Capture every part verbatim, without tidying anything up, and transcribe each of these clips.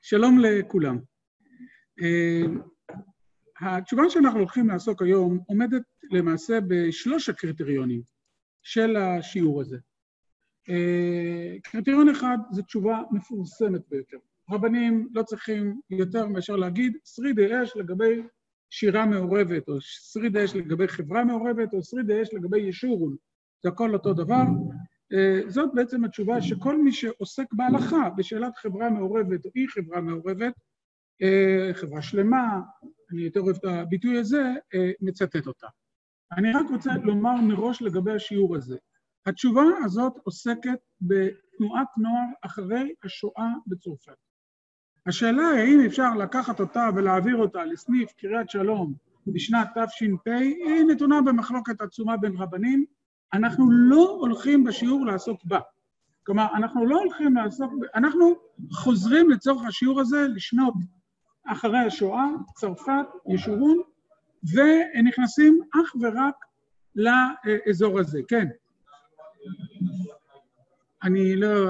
שלום לכולם. התשובה שאנחנו הולכים לעסוק היום עומדת למעשה בשלוש הקריטריונים של השיעור הזה. קריטריון אחד זה תשובה מפורסמת ביותר. רבנים לא צריכים יותר מאשר להגיד שריד אש לגבי שירה מעורבת, או שריד אש לגבי חברה מעורבת, או שריד אש לגבי ישורון. זה הכל אותו דבר. זאת בעצם התשובה שכל מי שעוסק בהלכה בשאלת חברה מעורבת או אי חברה מעורבת, חברה שלמה, אני יותר אוהב את הביטוי הזה, מצטט אותה. אני רק רוצה לומר מראש לגבי השיעור הזה. התשובה הזאת עוסקת בתנועת נוער אחרי השואה בצרפת. השאלה האם אפשר לקחת אותה ולהעביר אותה לסניף קריית שלום בשנת תש"פ היא נתונה במחלוקת עצומה בין רבנים. אנחנו לא הולכים בשיעור לעסוק בה. כלומר, אנחנו לא הולכים לעסוק, אנחנו חוזרים לצורך השיעור הזה לשנות אחרי השואה, צרפת, ישורון, ונכנסים אך ורק לאזור הזה. כן. אני לא...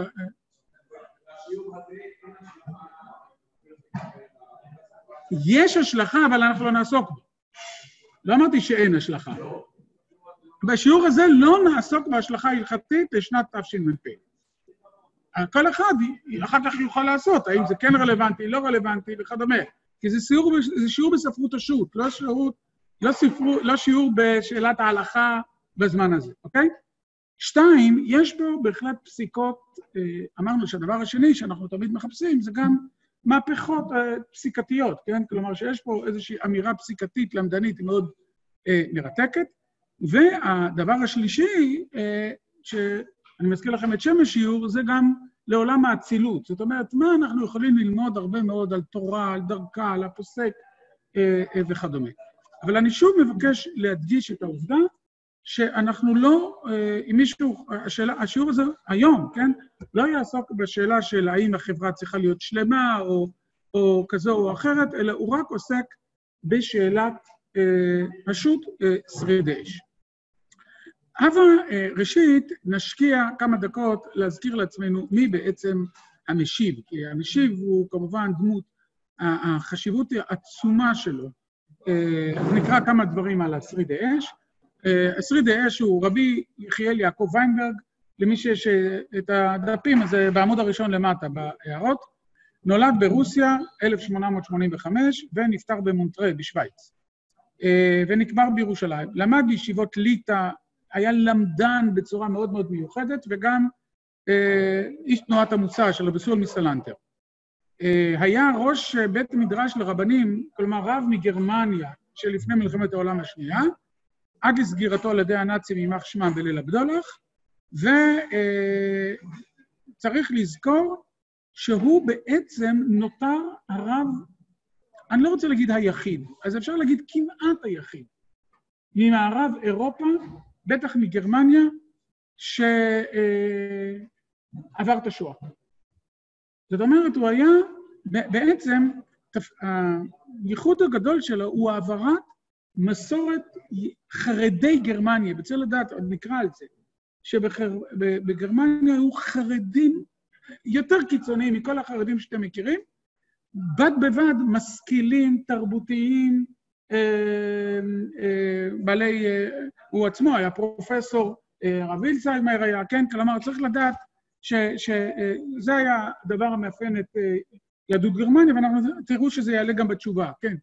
יש השלכה, אבל אנחנו לא נעסוק בה. לא אמרתי שאין השלכה. בשיעור הזה לא נעסוק בהשלכה הלכתית לשנת תש"פ. כל אחד אחר כך יוכל לעשות, האם זה כן רלוונטי, לא רלוונטי וכדומה. כי זה שיעור, זה שיעור בספרות השו"ת, לא שיעור, לא ספרו, לא שיעור בשאלת ההלכה בזמן הזה, אוקיי? שתיים, יש פה בהחלט פסיקות, אמרנו שהדבר השני שאנחנו תמיד מחפשים, זה גם מהפכות פסיקתיות, כן? כלומר שיש פה איזושהי אמירה פסיקתית למדנית מאוד מרתקת, והדבר השלישי, שאני מזכיר לכם את שם השיעור, זה גם לעולם האצילות. זאת אומרת, מה אנחנו יכולים ללמוד הרבה מאוד על תורה, על דרכה, על הפוסק וכדומה. אבל אני שוב מבקש להדגיש את העובדה שאנחנו לא, אם מישהו, השאלה, השיעור הזה היום, כן, לא יעסוק בשאלה של האם החברה צריכה להיות שלמה או, או כזו או אחרת, אלא הוא רק עוסק בשאלת פשוט שריד אש. אבל ראשית נשקיע כמה דקות להזכיר לעצמנו מי בעצם המשיב, כי המשיב הוא כמובן דמות, החשיבות העצומה שלו. אז נקרא כמה דברים על השריד אש. השריד אש הוא רבי יחיאל יעקב ויינברג, למי שיש את הדפים, אז בעמוד הראשון למטה בהערות, נולד ברוסיה אלף שמונה מאות שמונים וחמש ונפטר במונטרה בשוויץ. ונקבר בירושלים. למד בישיבות ליטא, היה למדן בצורה מאוד מאוד מיוחדת, וגם אה, איש תנועת המוסר של רבי סול מסלנטר. אה, היה ראש בית מדרש לרבנים, כלומר רב מגרמניה, שלפני מלחמת העולם השנייה, עד לסגירתו על ידי הנאצים יימח שמם בליל הבדולח, וצריך אה, לזכור שהוא בעצם נותר הרב, אני לא רוצה להגיד היחיד, אז אפשר להגיד כמעט היחיד, ממערב אירופה, בטח מגרמניה, שעבר את השואה. זאת אומרת, הוא היה, בעצם, הייחוד הגדול שלו הוא העברת מסורת חרדי גרמניה, בצל לדעת, עוד נקרא על זה, שבגרמניה היו חרדים יותר קיצוניים מכל החרדים שאתם מכירים, בד בבד משכילים, תרבותיים, בעלי, הוא עצמו היה פרופסור, רב וילצהיימר היה, כן? כלומר, צריך לדעת שזה היה הדבר המאפיין את יהדות גרמניה, ואנחנו תראו שזה יעלה גם בתשובה, כן?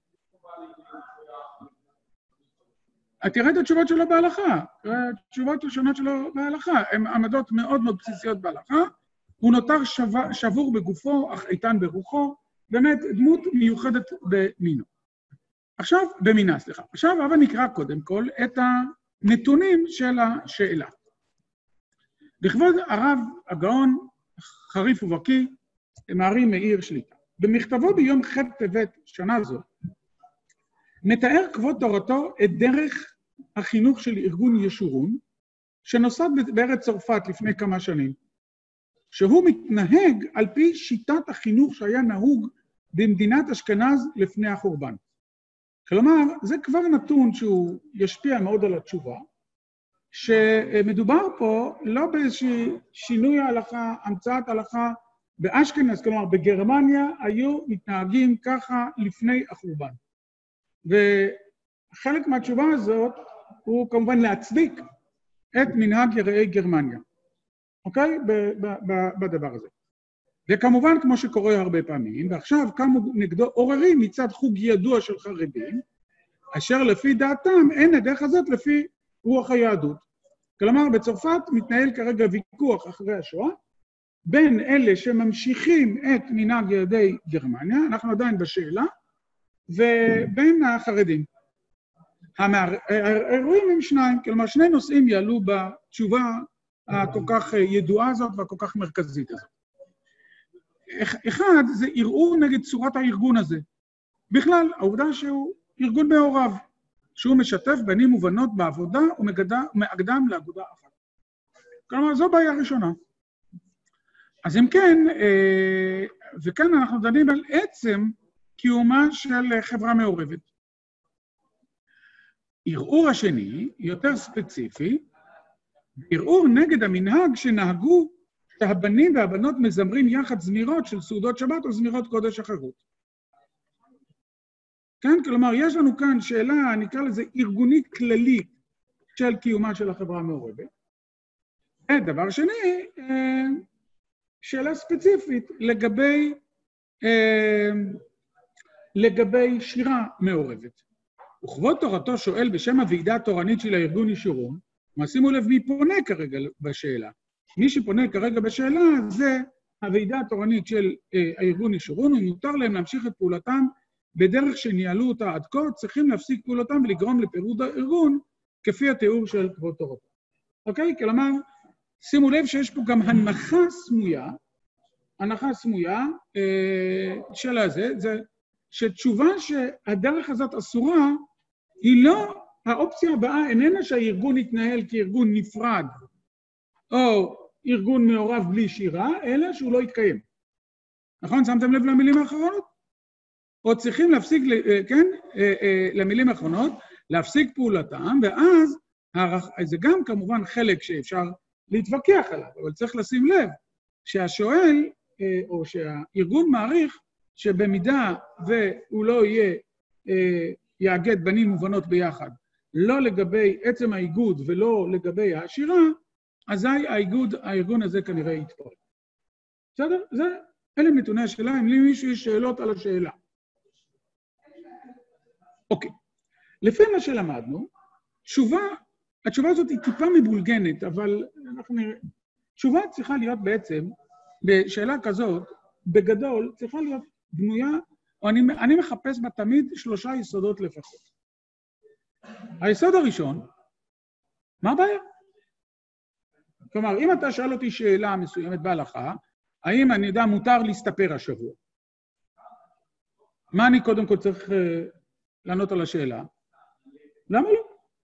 תראה את התשובות שלו בהלכה, התשובות השונות שלו בהלכה, הן עמדות מאוד מאוד בסיסיות בהלכה, הוא נותר שבור בגופו, אך איתן ברוחו, באמת דמות מיוחדת במינו. עכשיו, במינה, סליחה. עכשיו, אבל נקרא קודם כל את הנתונים של השאלה. לכבוד הרב הגאון, חריף ובקי, מערי מאיר שליטה. במכתבו ביום ח' טבת שנה זו, מתאר כבוד תורתו את דרך החינוך של ארגון ישורון, שנוסד בארץ צרפת לפני כמה שנים, שהוא מתנהג על פי שיטת החינוך שהיה נהוג במדינת אשכנז לפני החורבן. כלומר, זה כבר נתון שהוא ישפיע מאוד על התשובה, שמדובר פה לא באיזושהי שינוי ההלכה, המצאת הלכה באשכנז, כלומר בגרמניה, היו מתנהגים ככה לפני החורבן. וחלק מהתשובה הזאת הוא כמובן להצדיק את מנהג יראי גרמניה. אוקיי? בדבר הזה. וכמובן, כמו שקורה הרבה פעמים, ועכשיו קמו נגדו עוררים מצד חוג ידוע של חרדים, אשר לפי דעתם אין הדרך הזאת לפי רוח היהדות. כלומר, בצרפת מתנהל כרגע ויכוח אחרי השואה, בין אלה שממשיכים את מנהג יהודי גרמניה, אנחנו עדיין בשאלה, ובין החרדים. האירועים הם שניים, כלומר שני נושאים יעלו בתשובה הכל כך ידועה הזאת והכל כך מרכזית הזאת. אחד, זה ערעור נגד צורת הארגון הזה. בכלל, העובדה שהוא ארגון מעורב, שהוא משתף בנים ובנות בעבודה ומאגדם לאגודה אחת. כלומר, זו בעיה ראשונה. אז אם כן, וכאן אנחנו דנים על עצם קיומה של חברה מעורבת. ערעור השני, יותר ספציפי, ערעור נגד המנהג שנהגו שהבנים והבנות מזמרים יחד זמירות של סעודות שבת או זמירות קודש אחרות. כן, כלומר, יש לנו כאן שאלה, נקרא לזה ארגונית כללית של קיומה של החברה המעורבת. דבר שני, שאלה ספציפית לגבי, לגבי שירה מעורבת. וכבוד תורתו שואל בשם הוועידה התורנית של הארגון ישורון, ושימו לב מי פונה כרגע בשאלה. מי שפונה כרגע בשאלה זה הוועידה התורנית של הארגון ישורון, ומותר להם להמשיך את פעולתם בדרך שניהלו אותה עד כה, צריכים להפסיק פעולתם ולגרום לפירוד הארגון, כפי התיאור של כבוד תורתו. אוקיי? כלומר, שימו לב שיש פה גם הנחה סמויה, הנחה סמויה אה, של הזה, זה שתשובה שהדרך הזאת אסורה, היא לא, האופציה הבאה איננה שהארגון יתנהל כארגון נפרד, או ארגון מעורב בלי שירה, אלא שהוא לא יתקיים. נכון? שמתם לב למילים האחרונות? או צריכים להפסיק, כן, למילים האחרונות, להפסיק פעולתם, ואז זה גם כמובן חלק שאפשר להתווכח עליו, אבל צריך לשים לב שהשואל, או שהארגון מעריך, שבמידה והוא לא יהיה, יאגד בנים ובנות ביחד, לא לגבי עצם האיגוד ולא לגבי השירה, אזי האיגוד, הארגון הזה כנראה יתפורר. בסדר? זה, אלה נתוני השאלה, אם למישהו יש שאלות על השאלה. אוקיי. לפי מה שלמדנו, תשובה, התשובה הזאת היא טיפה מבולגנת, אבל אנחנו נראה, תשובה צריכה להיות בעצם, בשאלה כזאת, בגדול, צריכה להיות בנויה, או אני, אני מחפש בה תמיד שלושה יסודות לפחות. היסוד הראשון, מה הבעיה? כלומר, אם אתה שואל אותי שאלה מסוימת בהלכה, האם אני יודע מותר להסתפר השבוע? מה אני קודם כל צריך uh, לענות על השאלה? למה לא?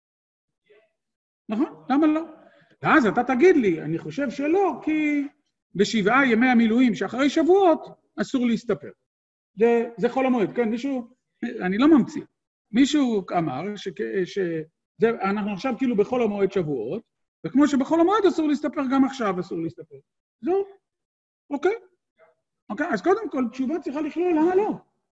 נכון? למה לא? ואז אתה תגיד לי, אני חושב שלא, כי בשבעה ימי המילואים שאחרי שבועות אסור להסתפר. זה, זה חול המועד, כן? מישהו, אני לא ממציא. מישהו אמר שאנחנו עכשיו כאילו בחול המועד שבועות, וכמו שבחול המועד אסור להסתפר, גם עכשיו אסור להסתפר. זהו. אוקיי? אוקיי, אז קודם כל, תשובה צריכה לכלול, למה לא?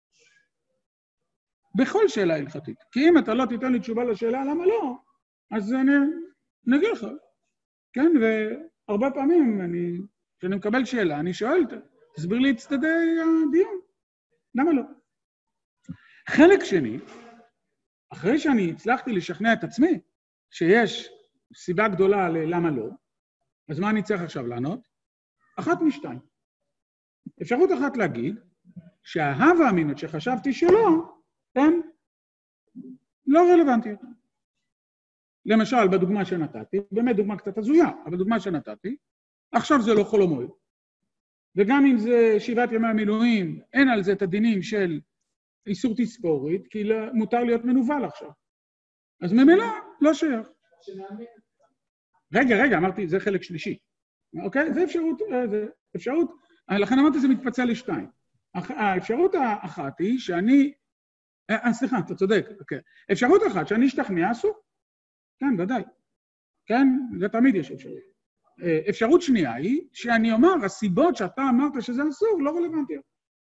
בכל שאלה הלכתית. כי אם אתה לא תיתן לי תשובה לשאלה, למה לא? אז אני נגיד לך. כן, והרבה פעמים, אני, כשאני מקבל שאלה, אני שואל, תסביר לי את צדדי הדיון. למה לא? חלק שני, אחרי שאני הצלחתי לשכנע את עצמי, שיש סיבה גדולה ללמה לא, אז מה אני צריך עכשיו לענות? אחת משתיים. אפשרות אחת להגיד, שההווה האמינות שחשבתי שלא, הן לא רלוונטיות. למשל, בדוגמה שנתתי, באמת דוגמה קצת הזויה, אבל דוגמה שנתתי, עכשיו זה לא חול המועד. וגם אם זה שבעת ימי המילואים, אין על זה את הדינים של איסור תספורית, כי מותר להיות מנוול עכשיו. אז ממילא לא שייך. רגע, רגע, אמרתי, זה חלק שלישי. אוקיי? זה אפשרות, זה אפשרות, לכן אמרתי, זה מתפצל לשתיים. האפשרות האחת היא שאני, אה, סליחה, אתה צודק, אוקיי. אפשרות אחת שאני אשתכנע, אסור. כן, ודאי. כן, זה תמיד יש אפשרות. אפשרות שנייה היא שאני אומר, הסיבות שאתה אמרת שזה אסור לא רלוונטיות.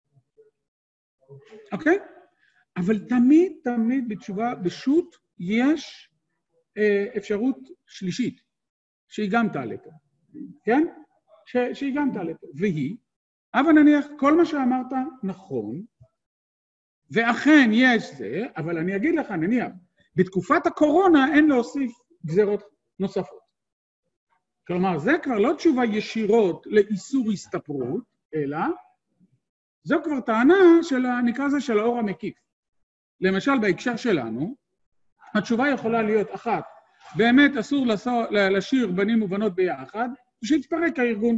אוקיי? אבל תמיד, תמיד בתשובה, בשו"ת, יש אפשרות שלישית, שהיא גם תעלה פה. כן? ש, שהיא גם תעלה פה. והיא, אבל נניח, כל מה שאמרת נכון, ואכן יש זה, אבל אני אגיד לך, נניח, בתקופת הקורונה אין להוסיף גזרות נוספות. כלומר, זה כבר לא תשובה ישירות לאיסור הסתפרות, אלא זו כבר טענה של, נקרא זה, של האור המקיף. למשל, בהקשר שלנו, התשובה יכולה להיות אחת, באמת אסור לשיר בנים ובנות ביחד, ושהתפרק הארגון.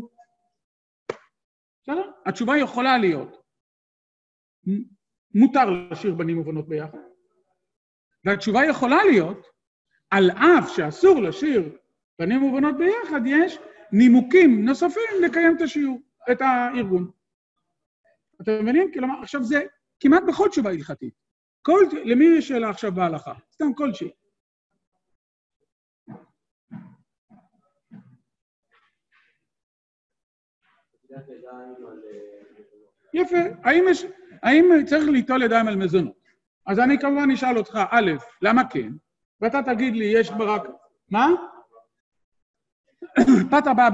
בסדר? התשובה יכולה להיות, מותר לשיר בנים ובנות ביחד. והתשובה יכולה להיות, על אף שאסור לשיר בנים ובנות ביחד, יש נימוקים נוספים לקיים את השיעור, את הארגון. אתם מבינים? כלומר, עכשיו זה כמעט בכל תשובה הלכתית. כל, למי יש שאלה עכשיו בהלכה? סתם כלשהי. יפה. האם, יש, האם צריך ליטול ידיים על מזונות? אז אני כמובן אשאל אותך, א', למה כן? ואתה תגיד לי, יש רק... מה? פת הבאה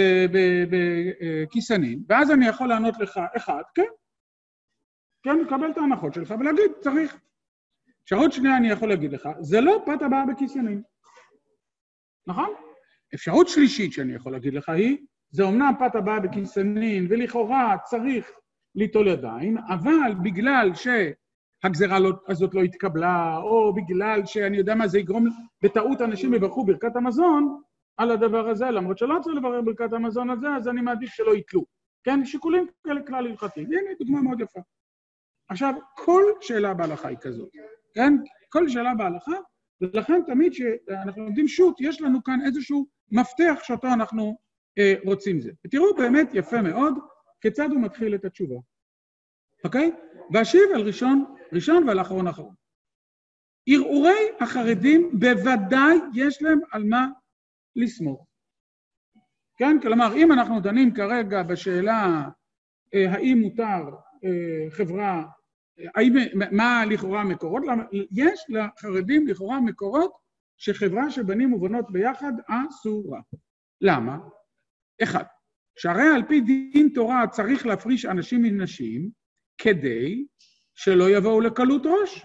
בכיסנים, ואז אני יכול לענות לך, אחד, כן? כן, לקבל את ההנחות שלך ולהגיד, צריך. אפשרות שנייה אני יכול להגיד לך, זה לא פת הבאה בכיסנים. נכון? אפשרות שלישית שאני יכול להגיד לך היא, זה אומנם פת הבאה בכיסנים, ולכאורה צריך ליטול ידיים, אבל בגלל שהגזרה הזאת לא התקבלה, או בגלל שאני יודע מה זה יגרום, בטעות אנשים יברכו ברכת המזון על הדבר הזה, למרות שלא צריך לברך ברכת המזון הזה, אז אני מעדיף שלא יתלו. כן? שיקולים כאלה כלל הלכתיים. הנה, דוגמה מאוד יפה. עכשיו, כל שאלה בהלכה היא כזאת. כן? כל שאלה בהלכה, ולכן תמיד שאנחנו לומדים שו"ת, יש לנו כאן איזשהו מפתח שאותו אנחנו אה, רוצים זה. ותראו באמת יפה מאוד כיצד הוא מתחיל את התשובה. אוקיי? ואשיב על ראשון, ראשון ועל אחרון אחרון. ערעורי החרדים בוודאי יש להם על מה לסמוך. כן? כלומר, אם אנחנו דנים כרגע בשאלה אה, האם מותר אה, חברה, האם, מה לכאורה מקורות, יש לחרדים לכאורה מקורות שחברה שבנים ובנות ביחד אסורה. למה? אחד, שהרי על פי דין תורה צריך להפריש אנשים מנשים כדי שלא יבואו לקלות ראש.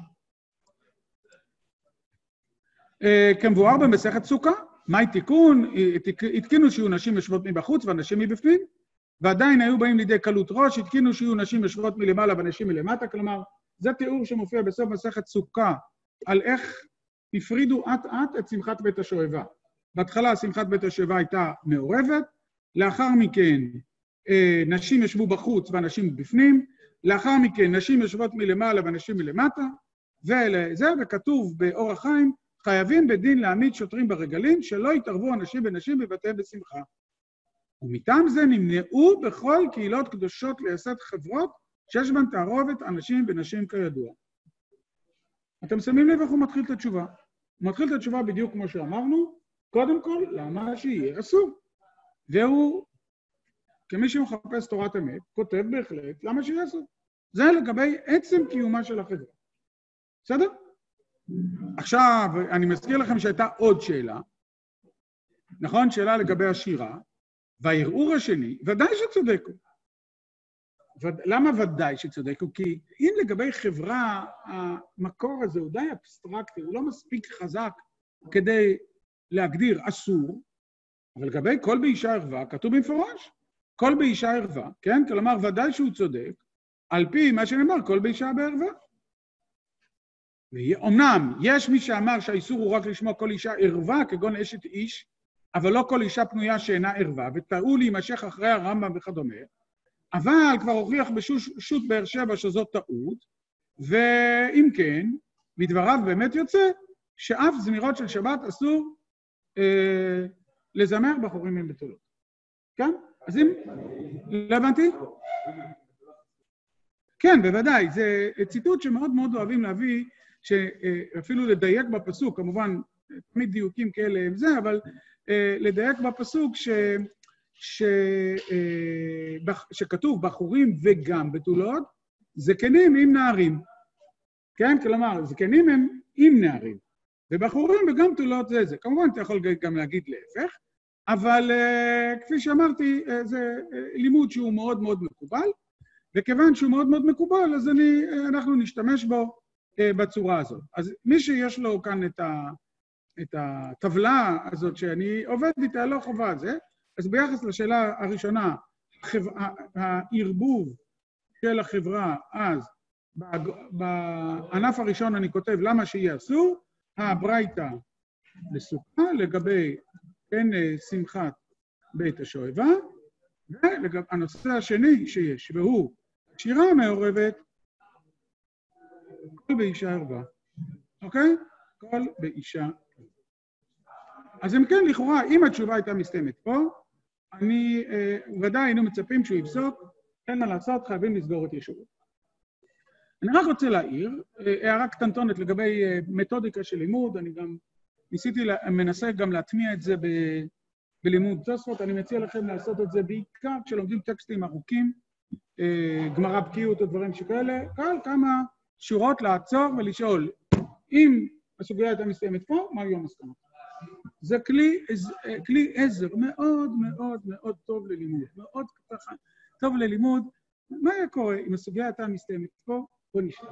כמבואר במסכת סוכה, מהי תיקון? התקינו שיהיו נשים יושבות מבחוץ ואנשים מבפנים, ועדיין היו באים לידי קלות ראש, התקינו שיהיו נשים יושבות מלמעלה ואנשים מלמטה, כלומר, זה תיאור שמופיע בסוף מסכת סוכה, על איך הפרידו עט עט את שמחת בית השואבה. בהתחלה שמחת בית השואבה הייתה מעורבת, לאחר מכן נשים ישבו בחוץ ואנשים בפנים, לאחר מכן נשים יושבות מלמעלה ואנשים מלמטה, וזה, וכתוב באור החיים, חייבים בדין להעמיד שוטרים ברגלים, שלא יתערבו אנשים ונשים בבתיהם בשמחה. ומטעם זה נמנעו בכל קהילות קדושות לייסד חברות, שיש בהן תערובת אנשים ונשים כידוע. אתם שמים לב איך הוא מתחיל את התשובה. הוא מתחיל את התשובה בדיוק כמו שאמרנו, קודם כל, למה שיהיה אסור. והוא, כמי שמחפש תורת אמת, כותב בהחלט, למה שיהיה אסור. זה לגבי עצם קיומה של החברה. בסדר? עכשיו, אני מזכיר לכם שהייתה עוד שאלה, נכון? שאלה לגבי השירה, והערעור השני, ודאי שצודקו. וד... למה ודאי שצודקו? כי אם לגבי חברה, המקור הזה הוא די אבסטרקטי, הוא לא מספיק חזק כדי להגדיר אסור, אבל לגבי כל באישה ערווה, כתוב במפורש, כל באישה ערווה, כן? כלומר, ודאי שהוא צודק, על פי מה שנאמר, כל באישה בערווה. אמנם, יש מי שאמר שהאיסור הוא רק לשמוע כל אישה ערווה, כגון אשת איש, אבל לא כל אישה פנויה שאינה ערווה, וטעו להימשך אחרי הרמב"ם וכדומה, אבל כבר הוכיח בשו"ת באר שבע שזאת טעות, ואם כן, מדבריו באמת יוצא, שאף זמירות של שבת אסור אה, לזמר בחורים עם בתולות. כן? אז אם... לא הבנתי? כן, בוודאי. זה ציטוט שמאוד מאוד אוהבים להביא, שאפילו לדייק בפסוק, כמובן, תמיד דיוקים כאלה הם זה, אבל אה, לדייק בפסוק ש, ש, אה, בח, שכתוב בחורים וגם בתולות, זקנים עם נערים. כן? כלומר, זקנים הם עם נערים, ובחורים וגם תולות זה זה. כמובן, אתה יכול גם להגיד להפך, אבל uh, כפי שאמרתי, uh, זה uh, לימוד שהוא מאוד מאוד מקובל, וכיוון שהוא מאוד מאוד מקובל, אז אני, uh, אנחנו נשתמש בו uh, בצורה הזאת. אז מי שיש לו כאן את, ה, את הטבלה הזאת שאני עובד איתה, לא חובה על זה, אז ביחס לשאלה הראשונה, החבר... הערבוב של החברה, אז בענף הראשון אני כותב למה שיהיה אסור, הברייתא לסוכה לגבי כן שמחת בית השואבה, והנושא השני שיש, והוא שירה מעורבת, כל באישה ערווה. אוקיי? כל באישה. אז אם כן, לכאורה, אם התשובה הייתה מסתיימת פה, אני אה, ודאי היינו מצפים שהוא יפסוק, אין מה לעשות, חייבים לסגור את ישועות. אני רק רוצה להעיר, הערה קטנטונת לגבי מתודיקה של לימוד, אני גם ניסיתי, מנסה גם להטמיע את זה ב, בלימוד תוספות, אני מציע לכם לעשות את זה בעיקר כשלומדים טקסטים ארוכים, גמרא בקיאות או דברים שכאלה, קל כמה שורות לעצור ולשאול, אם הסוגיה הייתה מסתיימת פה, מה יהיו המסקנות? זה כלי, כלי עזר מאוד מאוד מאוד טוב ללימוד, מאוד ככה טוב ללימוד, מה היה קורה אם הסוגיה הייתה מסתיימת פה? בוא נשאר.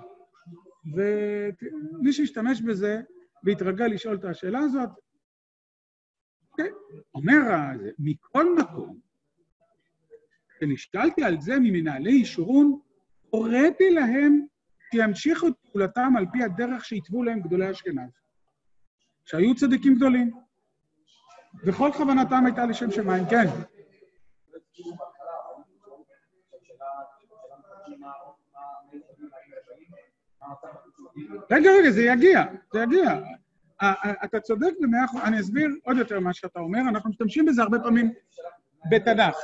ומי שישתמש בזה, והתרגל לשאול את השאלה הזאת, okay. אומר הזה, מכל מקום, כשנשאלתי על זה ממנהלי אישורון, הוריתי להם שימשיכו את פעולתם על פי הדרך שהתוו להם גדולי אשכנז, שהיו צדיקים גדולים, וכל כוונתם הייתה לשם שמיים, כן. רגע, רגע, זה יגיע, זה יגיע. אתה צודק במאה אחוז, אני אסביר עוד יותר מה שאתה אומר, אנחנו משתמשים בזה הרבה פעמים בתנ"ך.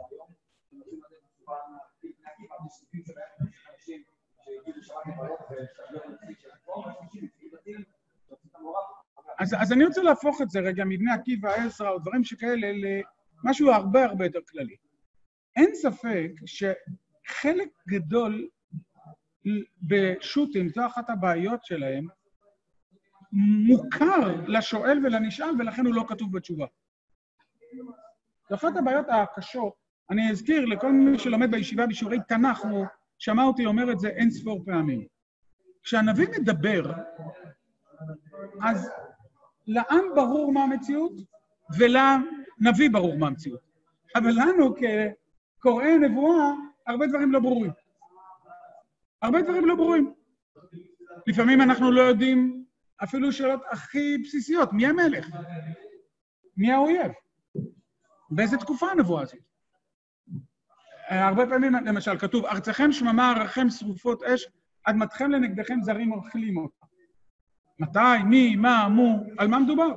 אז, אז אני רוצה להפוך את זה רגע מבני עקיבא, עזרא או דברים שכאלה למשהו הרבה הרבה יותר כללי. אין ספק שחלק גדול בשו"תים, זו אחת הבעיות שלהם, מוכר לשואל ולנשאל, ולכן הוא לא כתוב בתשובה. זו אחת הבעיות הקשות. אני אזכיר לכל מי שלומד בישיבה בשיעורי תנ"ך, הוא שמע אותי אומר את זה אין ספור פעמים. כשהנביא מדבר, אז לעם ברור מה המציאות, ולנביא ברור מה המציאות. אבל לנו כקוראי נבואה, הרבה דברים לא ברורים. הרבה דברים לא ברורים. לפעמים אנחנו לא יודעים אפילו שאלות הכי בסיסיות. מי המלך? מי האויב? באיזה תקופה הנבואה הזאת? הרבה פעמים, למשל, כתוב, ארצכם שממה, ערכם שרופות אש, אדמתכם לנגדכם זרים אוכלים אותה. מתי, מי, מה, מו, על מה מדובר?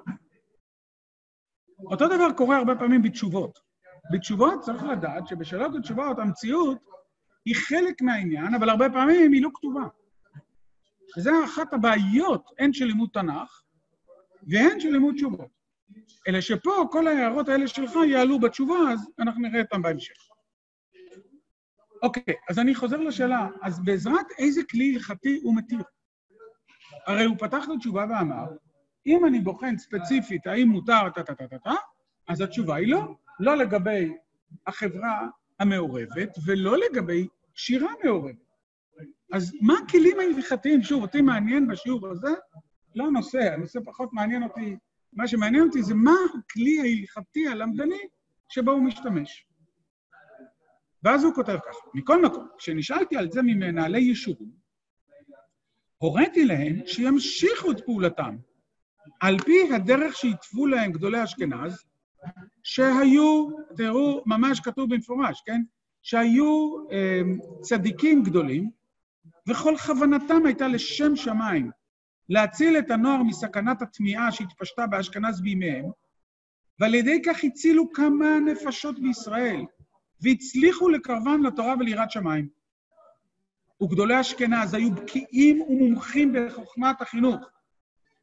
אותו דבר קורה הרבה פעמים בתשובות. בתשובות צריך לדעת שבשאלות התשובות המציאות היא חלק מהעניין, אבל הרבה פעמים היא לא כתובה. וזו אחת הבעיות, הן של לימוד תנ"ך, והן של לימוד תשובות. אלא שפה כל ההערות האלה שלך יעלו בתשובה, אז אנחנו נראה אותם בהמשך. אוקיי, אז אני חוזר לשאלה, אז בעזרת איזה כלי הלכתי הוא מתיר? הרי הוא פתח לתשובה ואמר, אם אני בוחן ספציפית האם מותר טה-טה-טה-טה, אז התשובה היא לא. לא לגבי החברה המעורבת, ולא לגבי שירה מעורבת. אז מה הכלים ההלכתיים? שוב, אותי מעניין בשיעור הזה, לא הנושא, הנושא פחות מעניין אותי, מה שמעניין אותי זה מה הכלי ההלכתי הלמדני שבו הוא משתמש. ואז הוא כותב ככה, מכל מקום, כשנשאלתי על זה ממנהלי יישורון, הוריתי להם שימשיכו את פעולתם, על פי הדרך שהתוו להם גדולי אשכנז, שהיו, תראו, ממש כתוב במפורש, כן? שהיו אה, צדיקים גדולים, וכל כוונתם הייתה לשם שמיים, להציל את הנוער מסכנת התמיעה שהתפשטה באשכנז בימיהם, ועל ידי כך הצילו כמה נפשות בישראל, והצליחו לקרבן לתורה וליראת שמיים. וגדולי אשכנז היו בקיאים ומומחים בחוכמת החינוך,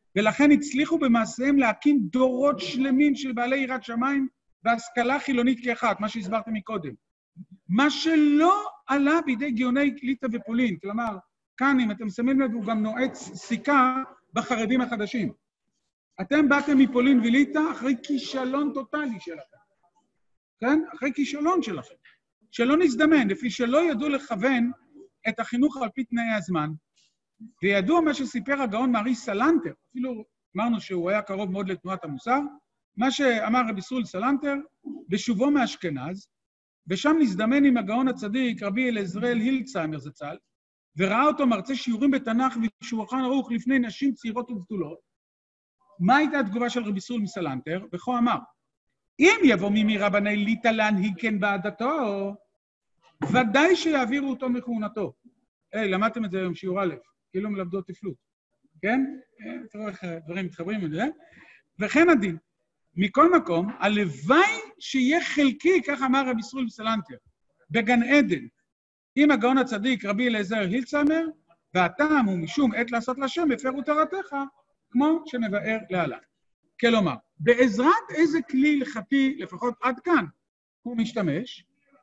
ולכן הצליחו במעשיהם להקים דורות שלמים של בעלי יראת שמיים והשכלה חילונית כאחת, מה שהסברתם מקודם. מה שלא עלה בידי גאוני ליטא ופולין, כלומר, כאן אם אתם שמים לב הוא גם נועץ סיכה בחרדים החדשים. אתם באתם מפולין וליטא אחרי כישלון טוטלי שלכם. כן? אחרי כישלון שלכם. שלא נזדמן, לפי שלא ידעו לכוון את החינוך על פי תנאי הזמן, וידוע מה שסיפר הגאון מארי סלנטר, אפילו אמרנו שהוא היה קרוב מאוד לתנועת המוסר, מה שאמר רבי ישראל סלנטר, בשובו מאשכנז, ושם נזדמן עם הגאון הצדיק, רבי אלעזר הילדסהיימר זצ"ל, וראה אותו מרצה שיעורים בתנ"ך ושולחן ערוך לפני נשים צעירות ובתולות. מה הייתה התגובה של רבי ישראל מסלנטר? וכה אמר, אם יבוא מי מרבני ליטא להנהיג כן בעדתו, ודאי שיעבירו אותו מכהונתו. היי, למדתם את זה היום שיעור א', כאילו מלמדות תפלות. כן? תראו איך דברים מתחברים את זה. וכן הדין, מכל מקום, הלוואי שיהיה חלקי, כך אמר רבי ישראל מסלנטר, בגן עדן, עם הגאון הצדיק רבי אלעזר הילדסהיימר, והטעם הוא משום עת לעשות לשם, הפרו תורתך, כמו שנבאר להלן. כלומר, בעזרת איזה כלי הלכתי, לפחות עד כאן, הוא משתמש,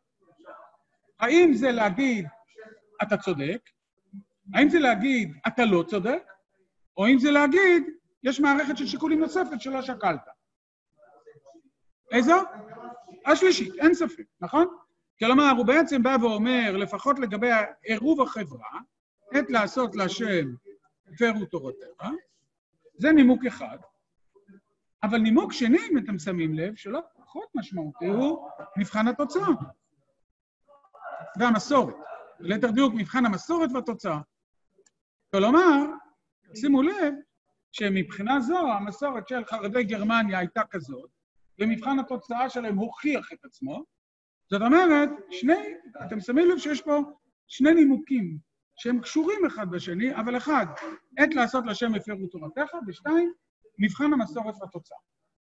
האם זה להגיד, אתה צודק, האם זה להגיד, אתה לא צודק, או אם זה להגיד, יש מערכת של שיקולים נוספת שלא שקלת. איזו? השלישית, אין ספק, נכון? כלומר, הוא בעצם בא ואומר, לפחות לגבי עירוב החברה, עת לעשות להשם הפרו תורתך, זה נימוק אחד. אבל נימוק שני, אם אתם שמים לב, שלא פחות משמעותי, הוא מבחן התוצאה. והמסורת. ליתר דיוק, מבחן המסורת והתוצאה. כלומר, שימו לב, שמבחינה זו, המסורת של חרדי גרמניה הייתה כזאת, ומבחן התוצאה שלהם הוכיח את עצמו. זאת אומרת, שני, אתם שמים לב שיש פה שני נימוקים, שהם קשורים אחד בשני, אבל אחד, עת לעשות לשם הפרו תורתך, ושתיים, מבחן המסורת והתוצאה.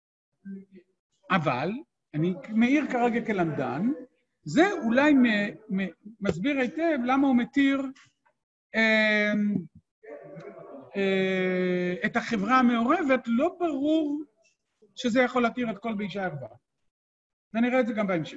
אבל, אני מעיר כרגע כלמדן, זה אולי מ- מ- מסביר היטב למה הוא מתיר אה, אה, את החברה המעורבת, לא ברור שזה יכול להתיר את כל באישה ערווה. ונראה את זה גם בהמשך.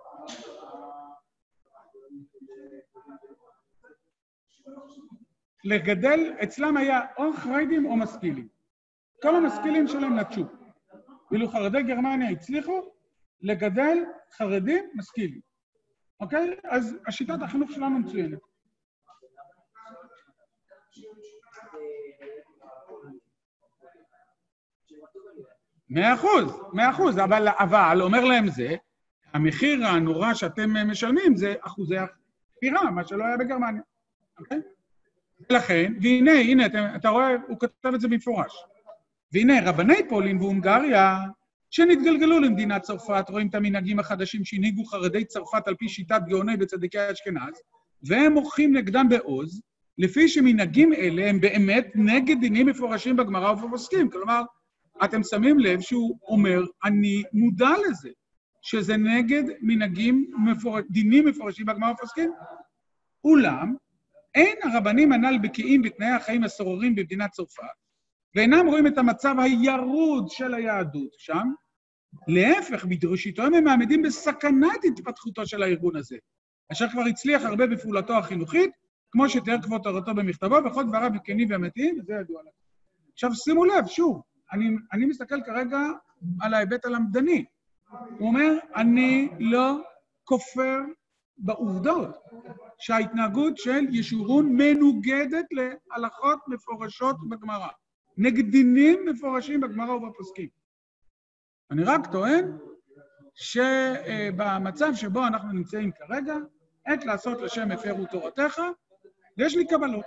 לגדל, אצלם היה או חרדים או משכילים. כל המשכילים שלהם נטשו. ואילו חרדי גרמניה הצליחו לגדל חרדים משכילים. אוקיי? אז השיטת החינוך שלנו מצוינת. מאה אחוז, מאה אחוז, אבל, אבל אומר להם זה, המחיר הנורא שאתם משלמים זה אחוזי הפטירה, מה שלא היה בגרמניה. אוקיי? לכן, והנה, הנה, אתה, אתה רואה, הוא כתב את זה במפורש. והנה, רבני פולין והונגריה, שנתגלגלו למדינת צרפת, רואים את המנהגים החדשים שהנהיגו חרדי צרפת על פי שיטת גאוני וצדיקי אשכנז, והם מוחים נגדם בעוז, לפי שמנהגים אלה הם באמת נגד דינים מפורשים בגמרא ובפוסקים. כלומר, אתם שמים לב שהוא אומר, אני מודע לזה, שזה נגד מנהגים, מפור... דינים מפורשים בגמרא ובפוסקים. אולם, אין הרבנים הנ"ל בקיאים בתנאי החיים השוררים במדינת צרפת, ואינם רואים את המצב הירוד של היהדות שם, להפך, בדראשיתיהם הם מעמידים בסכנת התפתחותו של הארגון הזה, אשר כבר הצליח הרבה בפעולתו החינוכית, כמו שתיאר כבוד תורתו במכתבו, וכל דבריו בכנים ואמיתיים, וזה ידוע לכם. עכשיו שימו לב, שוב, אני, אני מסתכל כרגע על ההיבט הלמדני. הוא אומר, אני לא כופר בעובדות שההתנהגות של ישורון מנוגדת להלכות מפורשות בגמרא. נגד דינים מפורשים בגמרא ובפוסקים. אני רק טוען שבמצב שבו אנחנו נמצאים כרגע, עת לעשות לשם הפרו תורתך, יש לי קבלות.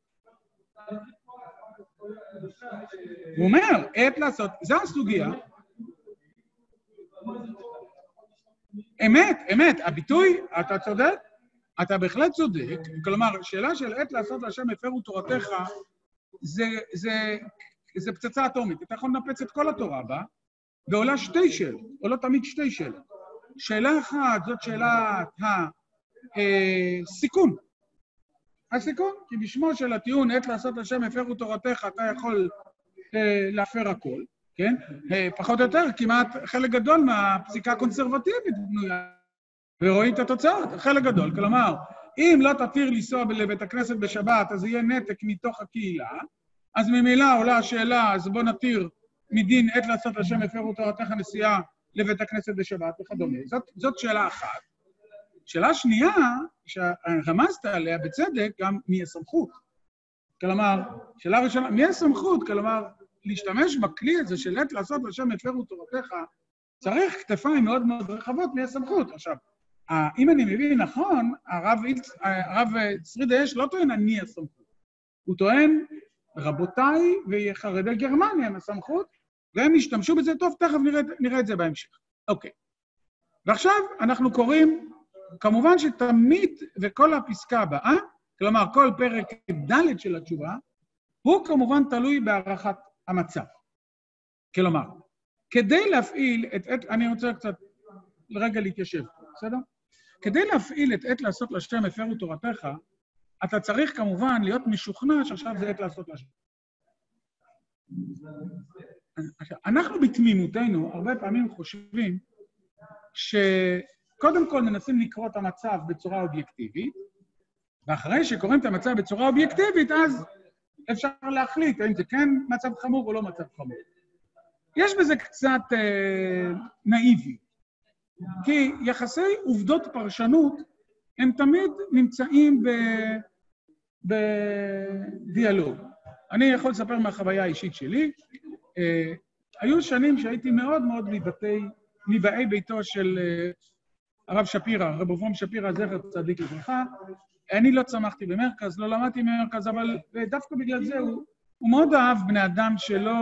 הוא אומר, עת לעשות, זה הסוגיה. אמת, אמת, הביטוי, אתה צודק, אתה בהחלט צודק, כלומר, שאלה של עת לעשות לשם הפרו תורתך, זה, זה, זה פצצה אטומית. אתה יכול לנפץ את כל התורה בה, ועולה שתי שאלות, עולה תמיד שתי שאלות. שאלה אחת, זאת שאלת הסיכון. הסיכון, כי בשמו של הטיעון, עת לעשות לשם הפרו תורתך, אתה יכול להפר הכל, כן? פחות או יותר, כמעט חלק גדול מהפסיקה הקונסרבטיבית בנויה, ורואים את התוצאות, חלק גדול. כלומר, אם לא תתיר לנסוע לבית הכנסת בשבת, אז יהיה נתק מתוך הקהילה, אז ממילא עולה השאלה, אז בוא נתיר מדין עת לעשות השם הפרו תורתך נסיעה לבית הכנסת בשבת וכדומה. זאת, זאת שאלה אחת. שאלה שנייה, שרמזת עליה בצדק, גם מי הסמכות. כלומר, שאלה ראשונה, מי הסמכות? כלומר, להשתמש בכלי הזה של עת לעשות השם הפרו תורתך, צריך כתפיים מאוד מאוד רחבות מי הסמכות. עכשיו, אם אני מבין נכון, הרב, הרב שריד אש לא טוען אני הסמכות. הוא טוען, רבותיי וחרדי גרמניה הם הסמכות, והם השתמשו בזה טוב, תכף נראה, נראה את זה בהמשך. אוקיי. ועכשיו אנחנו קוראים, כמובן שתמיד וכל הפסקה הבאה, כלומר כל פרק ד' של התשובה, הוא כמובן תלוי בהערכת המצב. כלומר, כדי להפעיל את עת, אני רוצה קצת לרגע להתיישב, בסדר? כדי להפעיל את עת לעשות לשם הפרו תורתך, אתה צריך כמובן להיות משוכנע שעכשיו זה עת לעשות לשם. אנחנו בתמימותנו הרבה פעמים חושבים שקודם כל מנסים לקרוא את המצב בצורה אובייקטיבית, ואחרי שקוראים את המצב בצורה אובייקטיבית, אז אפשר להחליט האם זה כן מצב חמור או לא מצב חמור. יש בזה קצת אה, נאיבי, כי יחסי עובדות פרשנות הם תמיד נמצאים ב... בדיאלוג. אני יכול לספר מהחוויה האישית שלי, אה, היו שנים שהייתי מאוד מאוד מבתי, מבאי ביתו של אה, הרב שפירא, רב אברהם שפירא, זכר צדיק לברכה. אני לא צמחתי במרכז, לא למדתי במרכז, אבל דווקא בגלל זה הוא, הוא מאוד אהב בני אדם שלא,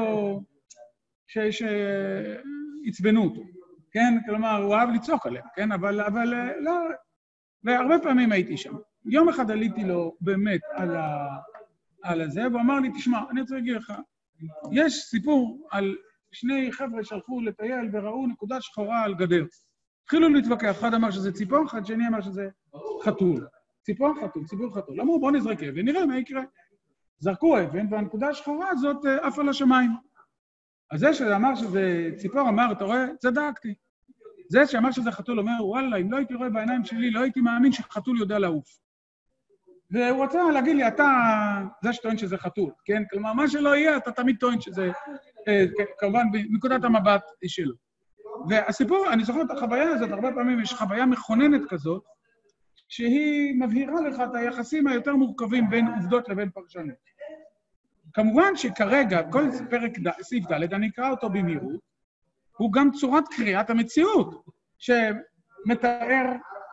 שהצבנו אותו, כן? כלומר, הוא אהב לצעוק עליהם, כן? אבל, אבל לא, והרבה פעמים הייתי שם. יום אחד עליתי לו באמת על, ה, על הזה, והוא אמר לי, תשמע, אני רוצה להגיד לך, יש סיפור על שני חבר'ה שהלכו לטייל וראו נקודה שחורה על גדר. התחילו להתווכח, אחד אמר שזה ציפור, אחד שני אמר שזה חתול. ציפור חתול, ציפור חתול. אמרו, בוא נזרק אבן, נראה מה יקרה. זרקו אבן, והנקודה השחורה הזאת עפה לשמיים. אז זה שאמר שזה ציפור, אמר, אתה רואה? צדקתי. זה שאמר שזה חתול, אומר, וואלה, אם לא הייתי רואה בעיניים שלי, לא הייתי מאמין שחתול יודע לעוף. והוא רוצה להגיד לי, אתה זה שטוען שזה חתול, כן? כלומר, מה שלא יהיה, אתה תמיד טוען שזה, אה, כמובן, בנקודת המבט שלו. והסיפור, אני זוכר את החוויה הזאת, הרבה פעמים יש חוויה מכוננת כזאת, שהיא מבהירה לך את היחסים היותר מורכבים בין עובדות לבין פרשנות. כמובן שכרגע, כל פרק סעיף ד', אני אקרא אותו במהירות, הוא גם צורת קריאת המציאות, שמתאר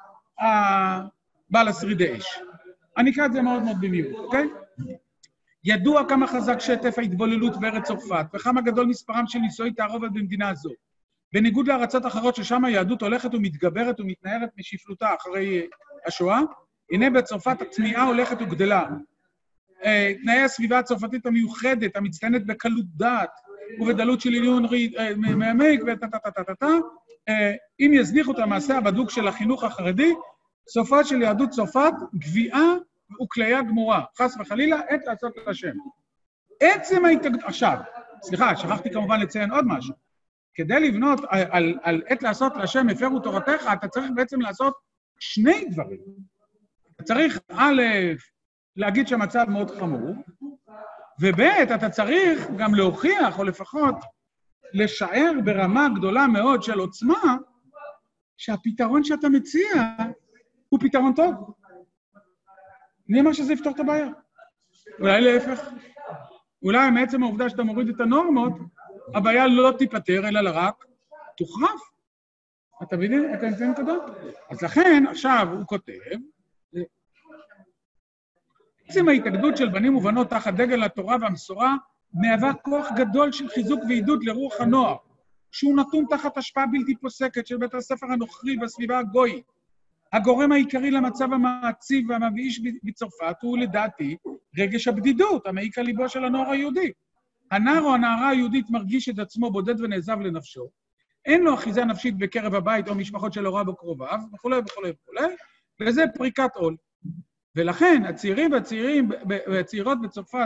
בעל השריד אש. אני אקרא את זה מאוד מאוד במהירות, אוקיי? ידוע כמה חזק שטף ההתבוללות בארץ צרפת, וכמה גדול מספרם של נישואי תערובת במדינה הזו. בניגוד לארצות אחרות ששם היהדות הולכת ומתגברת ומתנערת משפלותה אחרי השואה, הנה בצרפת התמיעה הולכת וגדלה. תנאי הסביבה הצרפתית המיוחדת, המצטיינת בקלות דעת ובדלות של עליון מעמיק וטטטטטטטה, אם יזניחו את המעשה הבדוק של החינוך החרדי, סופה של יהדות צרפת, גביעה וכליה גמורה, חס וחלילה, עת לעשות את השם. עצם ההתאגדות, עכשיו, סליחה, שכחתי כמובן לציין עוד משהו. כדי לבנות על, על, על עת לעשות לשם הפרו תורתך, אתה צריך בעצם לעשות שני דברים. אתה צריך, א', להגיד שהמצב מאוד חמור, וב', אתה צריך גם להוכיח, או לפחות לשער ברמה גדולה מאוד של עוצמה, שהפתרון שאתה מציע הוא פתרון טוב. אני אומר שזה יפתור את הבעיה. אולי להפך. אולי מעצם העובדה שאתה מוריד את הנורמות, הבעיה לא תיפטר, אלא רק תוחרף. אתה מבין? אתה מבין כדור? אז לכן, עכשיו הוא כותב, בעצם ההתאגדות של בנים ובנות תחת דגל התורה והמסורה, מהווה כוח גדול של חיזוק ועידוד לרוח הנוער, שהוא נתון תחת השפעה בלתי פוסקת של בית הספר הנוכרי בסביבה הגוי. הגורם העיקרי למצב המעציב והמבאיש בצרפת הוא לדעתי רגש הבדידות, המעיק על ליבו של הנוער היהודי. הנער או הנערה היהודית מרגיש את עצמו בודד ונעזב לנפשו, אין לו אחיזה נפשית בקרב הבית או משפחות של הוריו בקרוביו, וכו' וכו' וכו', וזה פריקת עול. ולכן הצעירים והצעירים והצעירות בצרפת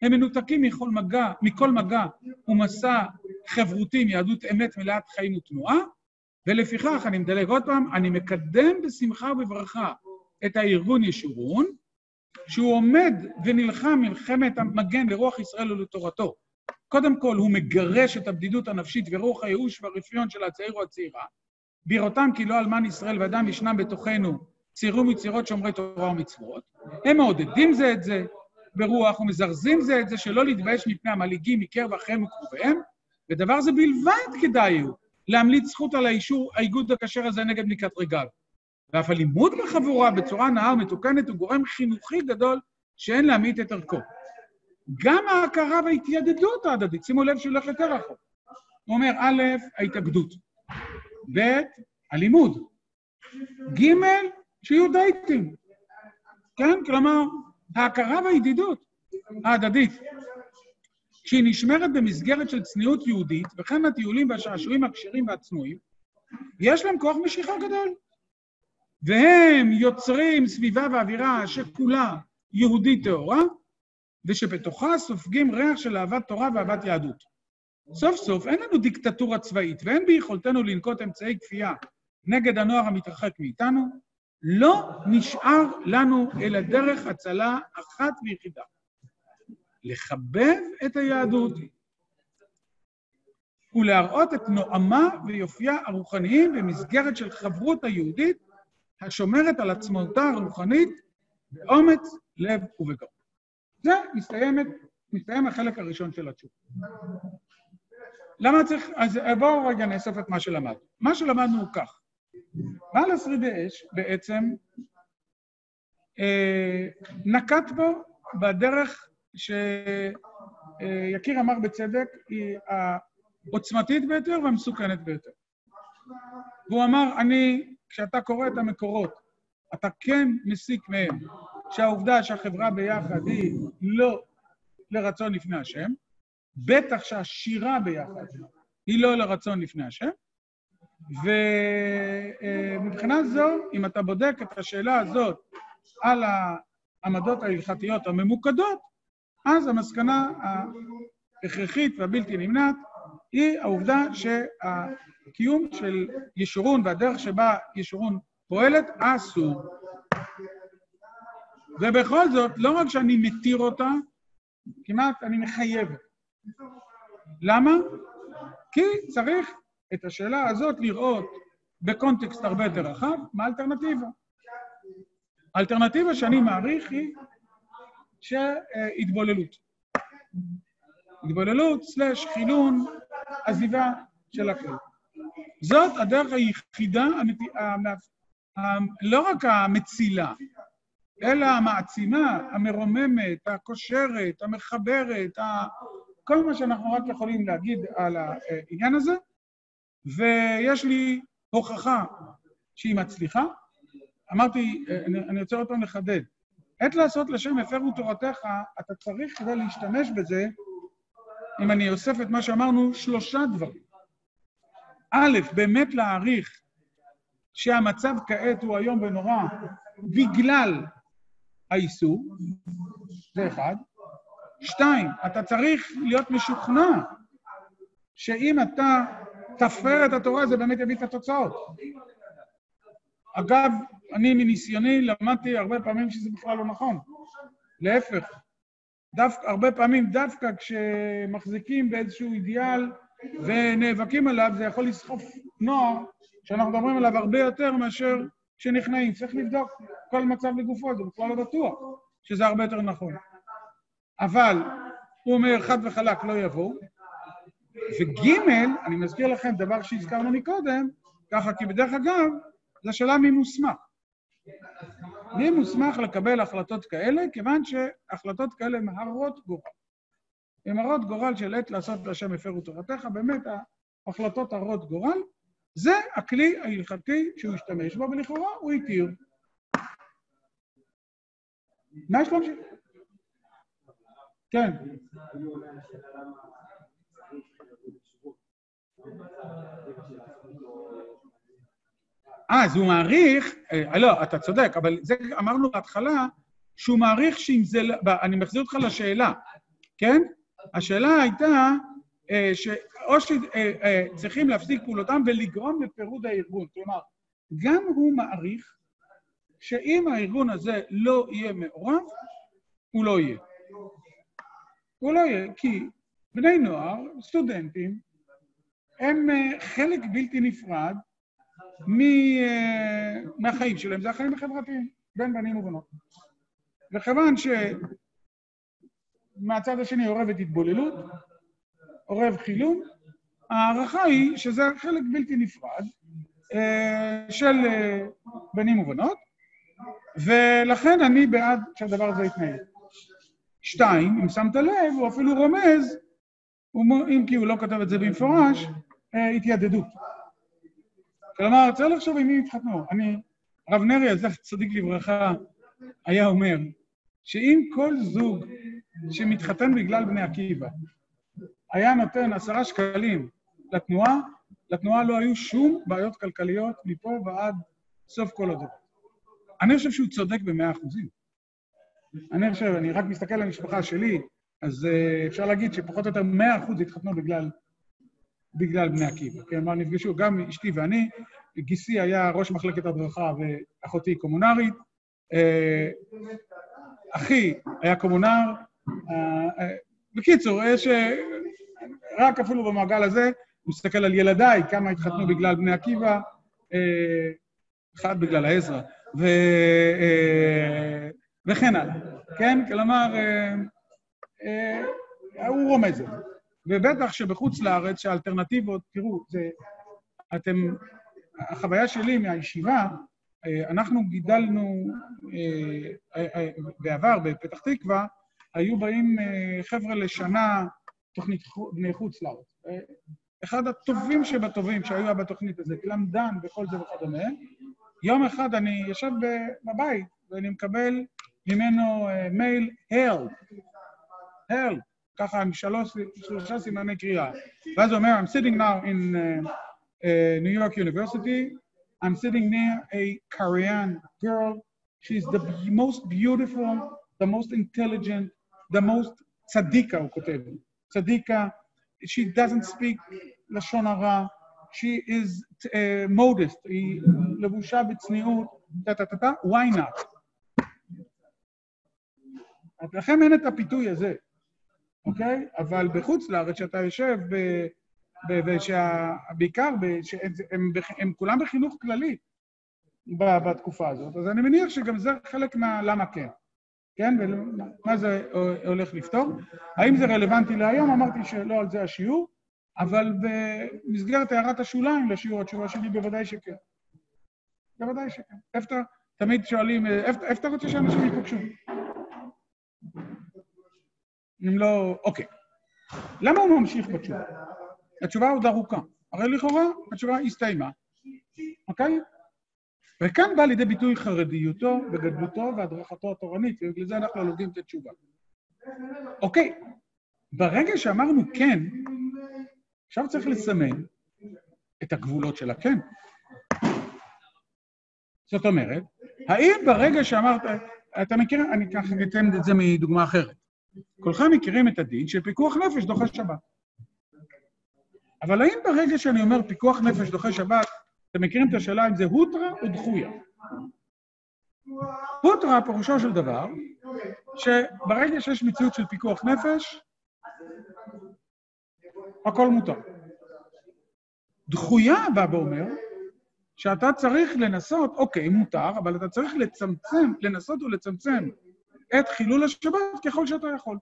הם מנותקים מכל מגע, מכל מגע ומסע חברותים, יהדות אמת מלאת חיים ותנועה, ולפיכך, אני מדלג עוד פעם, אני מקדם בשמחה ובברכה את הארגון ישורון, שהוא עומד ונלחם מלחמת המגן לרוח ישראל ולתורתו. קודם כל, הוא מגרש את הבדידות הנפשית ורוח הייאוש והרפיון של הצעיר או הצעירה, בראותם כי לא אלמן ישראל ואדם ישנם בתוכנו, ציירו מציירות שומרי תורה ומצוות. הם מעודדים זה את זה ברוח ומזרזים זה את זה שלא להתבייש מפני המלעיגים מקרב אחיהם וקרוביהם, ודבר זה בלבד כדאי הוא להמליץ זכות על האישור האיגוד הכשר הזה נגד מקטרגיו. ואף הלימוד בחבורה בצורה נאה ומתוקנת הוא גורם חינוכי גדול שאין להמעיט את ערכו. גם ההכרה וההתיידדות ההדדית, שימו לב שהולך יותר רחוק. הוא אומר, א', ההתאגדות, ב', הלימוד, ג', שיהיו דייטים. כן? כלומר, ההכרה והידידות ההדדית, שהיא נשמרת במסגרת של צניעות יהודית, וכן הטיולים והשעשועים הקשירים והצנועים, יש להם כוח משיכה גדול. והם יוצרים סביבה ואווירה שכולה יהודית טהורה, ושבתוכה סופגים ריח של אהבת תורה ואהבת יהדות. סוף סוף אין לנו דיקטטורה צבאית, ואין ביכולתנו לנקוט אמצעי כפייה נגד הנוער המתרחק מאיתנו, לא נשאר לנו אלא דרך הצלה אחת ויחידה. לחבב את היהדות ולהראות את נועמה ויופייה הרוחניים במסגרת של חברות היהודית השומרת על עצמאותה הרוחנית באומץ לב ובגאון. זה מסתיימת, מסתיים החלק הראשון של התשובה. למה צריך? אז בואו רגע נאסוף את מה שלמדנו. מה שלמדנו הוא כך. בעל השרידי אש בעצם אה, נקט בו בדרך שיקיר אמר בצדק היא העוצמתית ביותר והמסוכנת ביותר. והוא אמר, אני, כשאתה קורא את המקורות, אתה כן מסיק מהם שהעובדה שהחברה ביחד היא לא לרצון לפני השם, בטח שהשירה ביחד היא לא לרצון לפני השם, ומבחינה זו, אם אתה בודק את השאלה הזאת על העמדות ההלכתיות הממוקדות, אז המסקנה ההכרחית והבלתי נמנעת היא העובדה שהקיום של ישורון והדרך שבה ישורון פועלת אסור. ובכל זאת, לא רק שאני מתיר אותה, כמעט אני מחייב. למה? כי צריך את השאלה הזאת לראות בקונטקסט הרבה יותר רחב, מה האלטרנטיבה? האלטרנטיבה שאני מעריך היא שהתבוללות. התבוללות סלש חילון, עזיבה של הכלל. זאת הדרך היחידה, לא רק המצילה, אלא המעצימה, המרוממת, הקושרת, המחברת, כל מה שאנחנו רק יכולים להגיד על העניין הזה, ויש לי הוכחה שהיא מצליחה. אמרתי, אני, אני רוצה אותם לחדד. עת לעשות לשם הפרו תורתך, אתה צריך כדי להשתמש בזה, אם אני אוסף את מה שאמרנו, שלושה דברים. א', באמת להעריך שהמצב כעת הוא היום ונורא, בגלל האיסור, זה אחד. שתיים, אתה צריך להיות משוכנע שאם אתה תפר את התורה, זה באמת יביא את התוצאות. אגב, אני מניסיוני למדתי הרבה פעמים שזה בכלל לא נכון. להפך, דווקא, הרבה פעמים דווקא כשמחזיקים באיזשהו אידיאל ונאבקים עליו, זה יכול לסחוף נוער שאנחנו מדברים עליו הרבה יותר מאשר שנכנעים. צריך לבדוק כל מצב לגופו, זה בכלל לא בטוח שזה הרבה יותר נכון. אבל הוא אומר, חד וחלק לא יבוא. וגימל, אני מזכיר לכם דבר שהזכרנו מקודם, ככה כי בדרך אגב, זו שאלה מי מוסמך. מי מוסמך לקבל החלטות כאלה? כיוון שהחלטות כאלה הן הרות גורל. הן הרות גורל של עת לעשות לשם הפרו תורתך, באמת ההחלטות הרות גורל, זה הכלי ההלכתי שהוא השתמש בו, ולכאורה הוא התיר. מה יש להמשיך? כן. אה, אז הוא מעריך, אה, לא, אתה צודק, אבל זה אמרנו בהתחלה, שהוא מעריך שאם זה, אני מחזיר אותך לשאלה, כן? השאלה הייתה שאו שצריכים להפסיק פעולותם ולגרום לפירוד הארגון. כלומר, גם הוא מעריך שאם הארגון הזה לא יהיה מעורב, הוא לא יהיה. הוא לא יהיה, כי בני נוער, סטודנטים, הם חלק בלתי נפרד מהחיים שלהם, זה החיים החברתיים, בין בנים ובנות. וכיוון שמהצד השני עורבת התבוללות, עורב חילון, הערכה היא שזה חלק בלתי נפרד של בנים ובנות, ולכן אני בעד שהדבר הזה יתנהל. שתיים, אם שמת לב, הוא אפילו רומז, אם כי הוא לא כתב את זה במפורש, התיידדות. כלומר, צריך לחשוב עם מי התחתנו. אני, הרב נרי, אז צדיק לברכה, היה אומר, שאם כל זוג שמתחתן בגלל בני עקיבא, היה נותן עשרה שקלים לתנועה, לתנועה לא היו שום בעיות כלכליות מפה ועד סוף כל הדור. אני חושב שהוא צודק במאה אחוזים. אני חושב, אני רק מסתכל על המשפחה שלי, אז uh, אפשר להגיד שפחות או יותר מאה אחוז התחתנו בגלל, בגלל בני עקיבא. כלומר, נפגשו גם אשתי ואני, גיסי היה ראש מחלקת הדרכה ואחותי קומונרית, uh, אחי היה קומונר, uh, uh, בקיצור, יש רק אפילו במעגל הזה, מסתכל על ילדיי, כמה התחתנו בגלל בני עקיבא, uh, אחד בגלל העזרא, ו... Uh, וכן הלאה, כן? כלומר, אה, אה, הוא רומז את זה. ובטח שבחוץ לארץ, שהאלטרנטיבות, תראו, זה, אתם, החוויה שלי מהישיבה, אה, אנחנו גידלנו, אה, אה, בעבר, בפתח תקווה, היו באים אה, חבר'ה לשנה תוכנית בני חוץ לארץ. אה, אחד הטובים שבטובים שהיו בתוכנית הזה, למדן וכל זה וכדומה, יום אחד אני יושב בבית, ואני מקבל ממנו מייל, help, help, ככה עם שלוש, שלושה סימני קריאה. ואז הוא אומר, I'm sitting now in uh, uh, New York University, I'm sitting near a Korean girl, she's the most beautiful, the most intelligent, the most צדיקה, הוא כותב, צדיקה, she doesn't speak לשון הרע, she is uh, modest, היא לבושה בצניעות, טה-טה-טה-טה, why not? לכם אין את הפיתוי הזה, אוקיי? אבל בחוץ לארץ שאתה יושב, בעיקר, הם כולם בחינוך כללי בתקופה הזאת, אז אני מניח שגם זה חלק מהלמה כן, כן? ומה זה הולך לפתור? האם זה רלוונטי להיום? אמרתי שלא על זה השיעור, אבל במסגרת הערת השוליים לשיעור התשובה שלי בוודאי שכן. בוודאי שכן. איפה תמיד שואלים, איפה אתה רוצה שאנשים יפגשו? אם לא, אוקיי. למה הוא ממשיך בתשובה? התשובה עוד ארוכה. הרי לכאורה, התשובה הסתיימה. אוקיי? וכאן בא לידי ביטוי חרדיותו וגדלותו והדרכתו התורנית, ובגלל זה אנחנו לומדים את התשובה. אוקיי. ברגע שאמרנו כן, עכשיו צריך לסמן את הגבולות של הכן. זאת אומרת, האם ברגע שאמרת, אתה מכיר, אני ככה אתן את זה מדוגמה אחרת. כולכם מכירים את הדין של פיקוח נפש דוחה שבת. אבל האם ברגע שאני אומר פיקוח נפש דוחה שבת, אתם מכירים את השאלה אם זה הוטרה או דחויה? הוטרה, פירושו של דבר, שברגע שיש מציאות של פיקוח נפש, הכל מותר. דחויה בא ואומר, שאתה צריך לנסות, אוקיי, מותר, אבל אתה צריך לצמצם, לנסות ולצמצם את חילול השבת ככל שאתה יכול.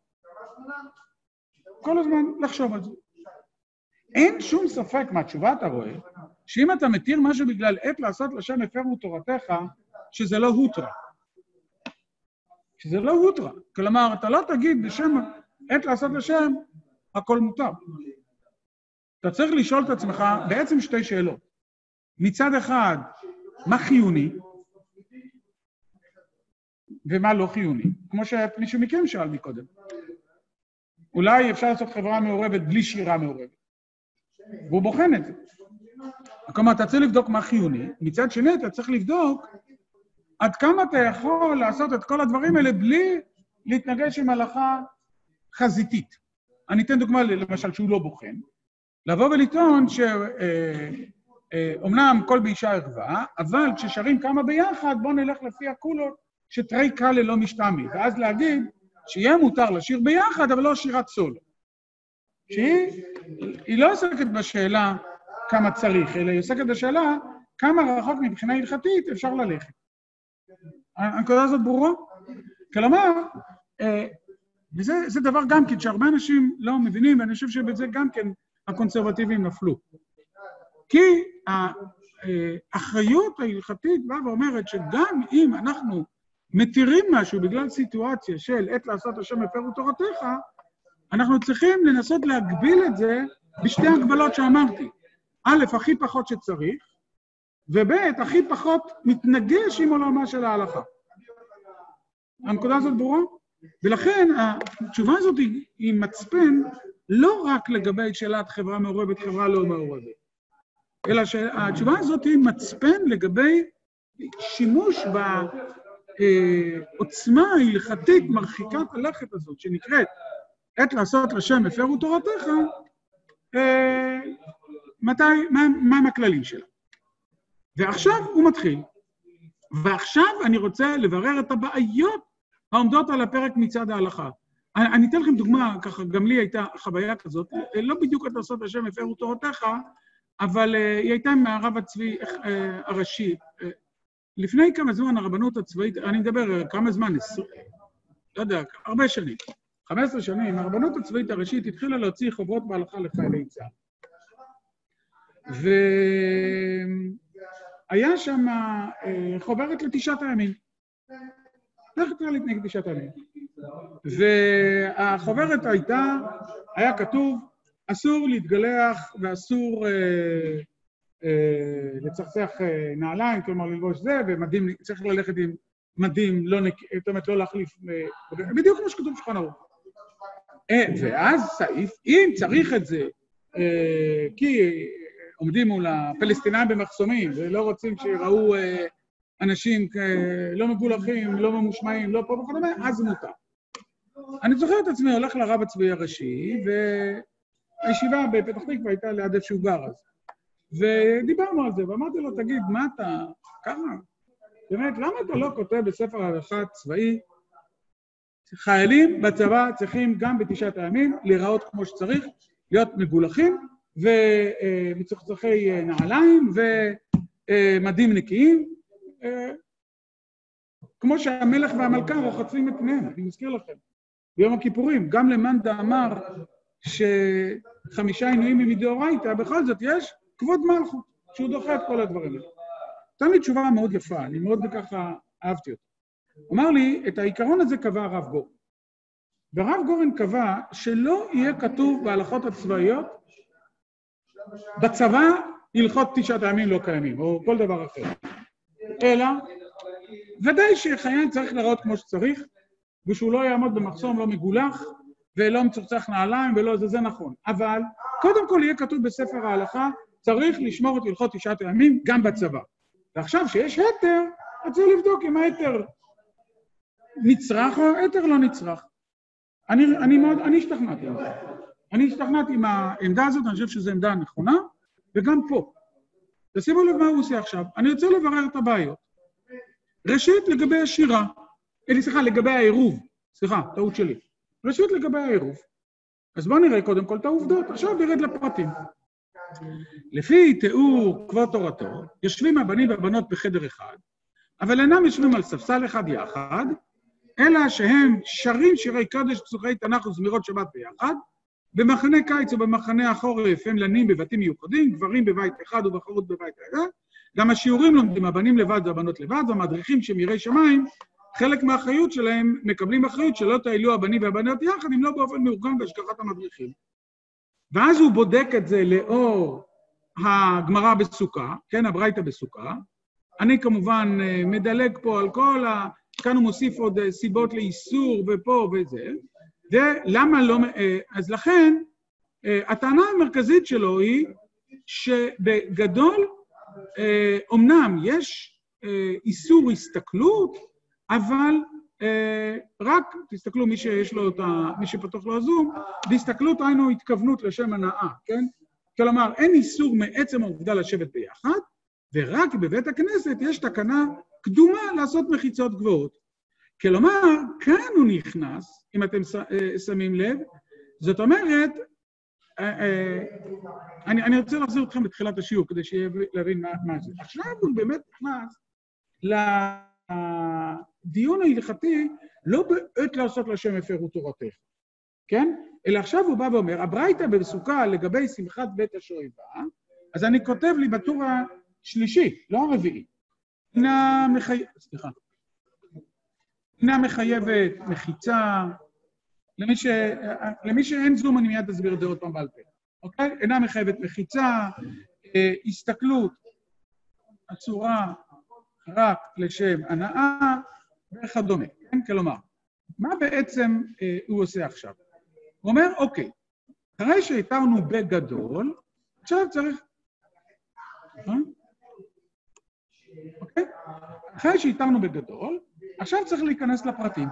כל הזמן לחשוב על זה. אין שום ספק מהתשובה, אתה רואה, שאם אתה מתיר משהו בגלל עת לעשות לשם הפרו תורתך, שזה לא הוטרה. שזה לא הוטרה. כלומר, אתה לא תגיד בשם עת לעשות לשם, הכל מותר. אתה צריך לשאול את עצמך בעצם שתי שאלות. מצד אחד, מה חיוני ומה לא חיוני? כמו שמישהו מכם שאל מקודם. אולי אפשר לעשות חברה מעורבת בלי שירה מעורבת. והוא בוחן את זה. כלומר, אתה צריך לבדוק מה חיוני. מצד שני, אתה צריך לבדוק עד כמה אתה יכול לעשות את כל הדברים האלה בלי להתנגש עם הלכה חזיתית. אני אתן דוגמה למשל שהוא לא בוחן, לבוא ולטעון שאומנם כל באישה ערווה, אבל כששרים כמה ביחד, בואו נלך לפי הקולות שתרי קלה לא משתמי, ואז להגיד שיהיה מותר לשיר ביחד, אבל לא שירת סולו. שהיא לא עוסקת בשאלה כמה צריך, אלא היא עוסקת בשאלה כמה רחוק מבחינה הלכתית אפשר ללכת. הנקודה הזאת ברורה? כלומר, וזה זה דבר גם כן שהרבה אנשים לא מבינים, ואני חושב שבזה גם כן הקונסרבטיבים נפלו. כי האחריות ההלכתית באה ואומרת שגם אם אנחנו מתירים משהו בגלל סיטואציה של עת לעשות השם הפרו תורתך, אנחנו צריכים לנסות להגביל את זה בשתי הגבלות שאמרתי. א', הכי פחות שצריך, וב', הכי פחות מתנגש עם עולמה של ההלכה. הנקודה הזאת ברורה? ולכן התשובה הזאת היא, היא מצפן לא רק לגבי שאלת חברה מעורבת, חברה לא מעורבת, אלא שהתשובה הזאת היא מצפן לגבי שימוש בעוצמה ההלכתית מרחיקת הלכת הזאת, שנקראת עת לעשות לשם הפרו תורתך, מתי, מה, מה הם הכללים שלה. ועכשיו הוא מתחיל, ועכשיו אני רוצה לברר את הבעיות העומדות על הפרק מצד ההלכה. אני, אני אתן לכם דוגמה, ככה גם לי הייתה חוויה כזאת, לא בדיוק עת לעשות השם הפרו תורתך, אבל היא הייתה מהרב הצבאי הראשי. לפני כמה זמן הרבנות הצבאית, אני מדבר כמה זמן, לא יודע, הרבה שנים, חמש עשרה שנים, הרבנות הצבאית הראשית התחילה להוציא חוברות בהלכה לחיילי צה"ל. והיה שם חוברת לתשעת הימים. איך צריך להתנהג תשעת הימים? והחוברת הייתה, היה כתוב, אסור להתגלח ואסור אה, אה, לצחצח אה, נעליים, כלומר ללבוש זה, ומדים, צריך ללכת עם מדים, לא נק... זאת אומרת, לא להחליף, אה, בדיוק כמו שכתוב שולחן ערוך. אה, ואז סעיף, אם צריך את זה, אה, כי עומדים מול הפלסטינאים במחסומים, ולא רוצים שיראו אה, אנשים אה, לא מגולחים, לא ממושמעים, לא פה וכדומה, אז מותר. אני זוכר את עצמי, הולך לרב הצבאי הראשי, ו... הישיבה בפתח תקווה הייתה ליד איפה שהוא גר אז. ודיברנו על זה, ואמרתי לו, תגיד, מה אתה, ככה? באמת, למה אתה לא כותב בספר ההלכה צבאי? חיילים בצבא צריכים גם בתשעת הימים להיראות כמו שצריך, להיות מגולחים, ומצוחצחי נעליים, ומדים נקיים, כמו שהמלך והמלכה רוחצים את פניהם, אני מזכיר לכם. ביום הכיפורים, גם למאן דאמר, שחמישה עינויים מדאורייתא, בכל זאת יש כבוד מלכות, שהוא דוחה את כל הדברים האלה. נתן לי תשובה מאוד יפה, אני מאוד ככה אהבתי אותה. אמר לי, את העיקרון הזה קבע הרב גורן. והרב גורן קבע שלא יהיה כתוב בהלכות הצבאיות, בצבא הלכות תשעת הימים לא קיימים, או כל דבר אחר. אלא, ודאי שחייל צריך לראות כמו שצריך, ושהוא לא יעמוד במחסום לא מגולח, ולא מצוחצח נעליים, ולא זה, זה נכון. אבל, קודם כל יהיה כתוב בספר ההלכה, צריך לשמור את הלכות תשעת הימים גם בצבא. ועכשיו שיש היתר, אז צריך לבדוק אם ההיתר נצרך או היתר לא נצרך. אני, אני מאוד, אני השתכנעתי עם זה. אני השתכנעתי עם העמדה הזאת, אני חושב שזו עמדה נכונה, וגם פה. תשימו לב מה הוא עושה עכשיו. אני רוצה לברר את הבעיות. ראשית, לגבי השירה. אלי, סליחה, לגבי העירוב. סליחה, טעות שלי. ראשית לגבי העירוב. אז בואו נראה קודם כל את העובדות, עכשיו נרד לפרטים. לפי תיאור כבוד תורתו, יושבים הבנים והבנות בחדר אחד, אבל אינם יושבים על ספסל אחד יחד, אלא שהם שרים שירי קודש, פסוקי תנ"ך וזמירות שבת ביחד, במחנה קיץ ובמחנה החורף הם לנים בבתים מיוחדים, גברים בבית אחד ובחרות בבית אחד, גם השיעורים לומדים, הבנים לבד והבנות לבד, והמדריכים שהם יראי שמיים, חלק מהאחריות שלהם מקבלים אחריות שלא תעלו הבנים והבנות יחד, אם לא באופן מאורגן בהשגחת המדריכים. ואז הוא בודק את זה לאור הגמרא בסוכה, כן, הברייתא בסוכה. אני כמובן מדלג פה על כל ה... כאן הוא מוסיף עוד סיבות לאיסור ופה וזה. ולמה לא... אז לכן, הטענה המרכזית שלו היא שבגדול, אמנם יש איסור הסתכלות, אבל רק, תסתכלו מי שיש לו את ה... מי שפתוח לו הזום, בהסתכלות היינו התכוונות לשם הנאה, כן? כלומר, אין איסור מעצם העובדה לשבת ביחד, ורק בבית הכנסת יש תקנה קדומה לעשות מחיצות גבוהות. כלומר, כאן הוא נכנס, אם אתם שמים לב, זאת אומרת, אני, אני רוצה להחזיר אתכם בתחילת השיעור, כדי שיהיה להבין מה, מה זה. עכשיו הוא באמת נכנס לדיון ההלכתי, לא בעת לעשות לשם הפרו תורתך, כן? אלא עכשיו הוא בא ואומר, הברייתא בסוכה לגבי שמחת בית השואבה, אז אני כותב לי בטור השלישי, לא הרביעי. אינה מחייבת, סליחה. אינה מחייבת מחיצה, למי, ש... למי שאין זום אני מיד אסביר את זה עוד פעם בעל פה, אוקיי? אינה מחייבת מחיצה, אה, הסתכלות, הצורה רק לשם הנאה וכדומה, כן? כלומר, מה בעצם אה, הוא עושה עכשיו? הוא אומר, אוקיי, אחרי שהתרנו בגדול, עכשיו צריך... אה? אוקיי? אחרי שהתרנו בגדול, עכשיו צריך להיכנס לפרטים.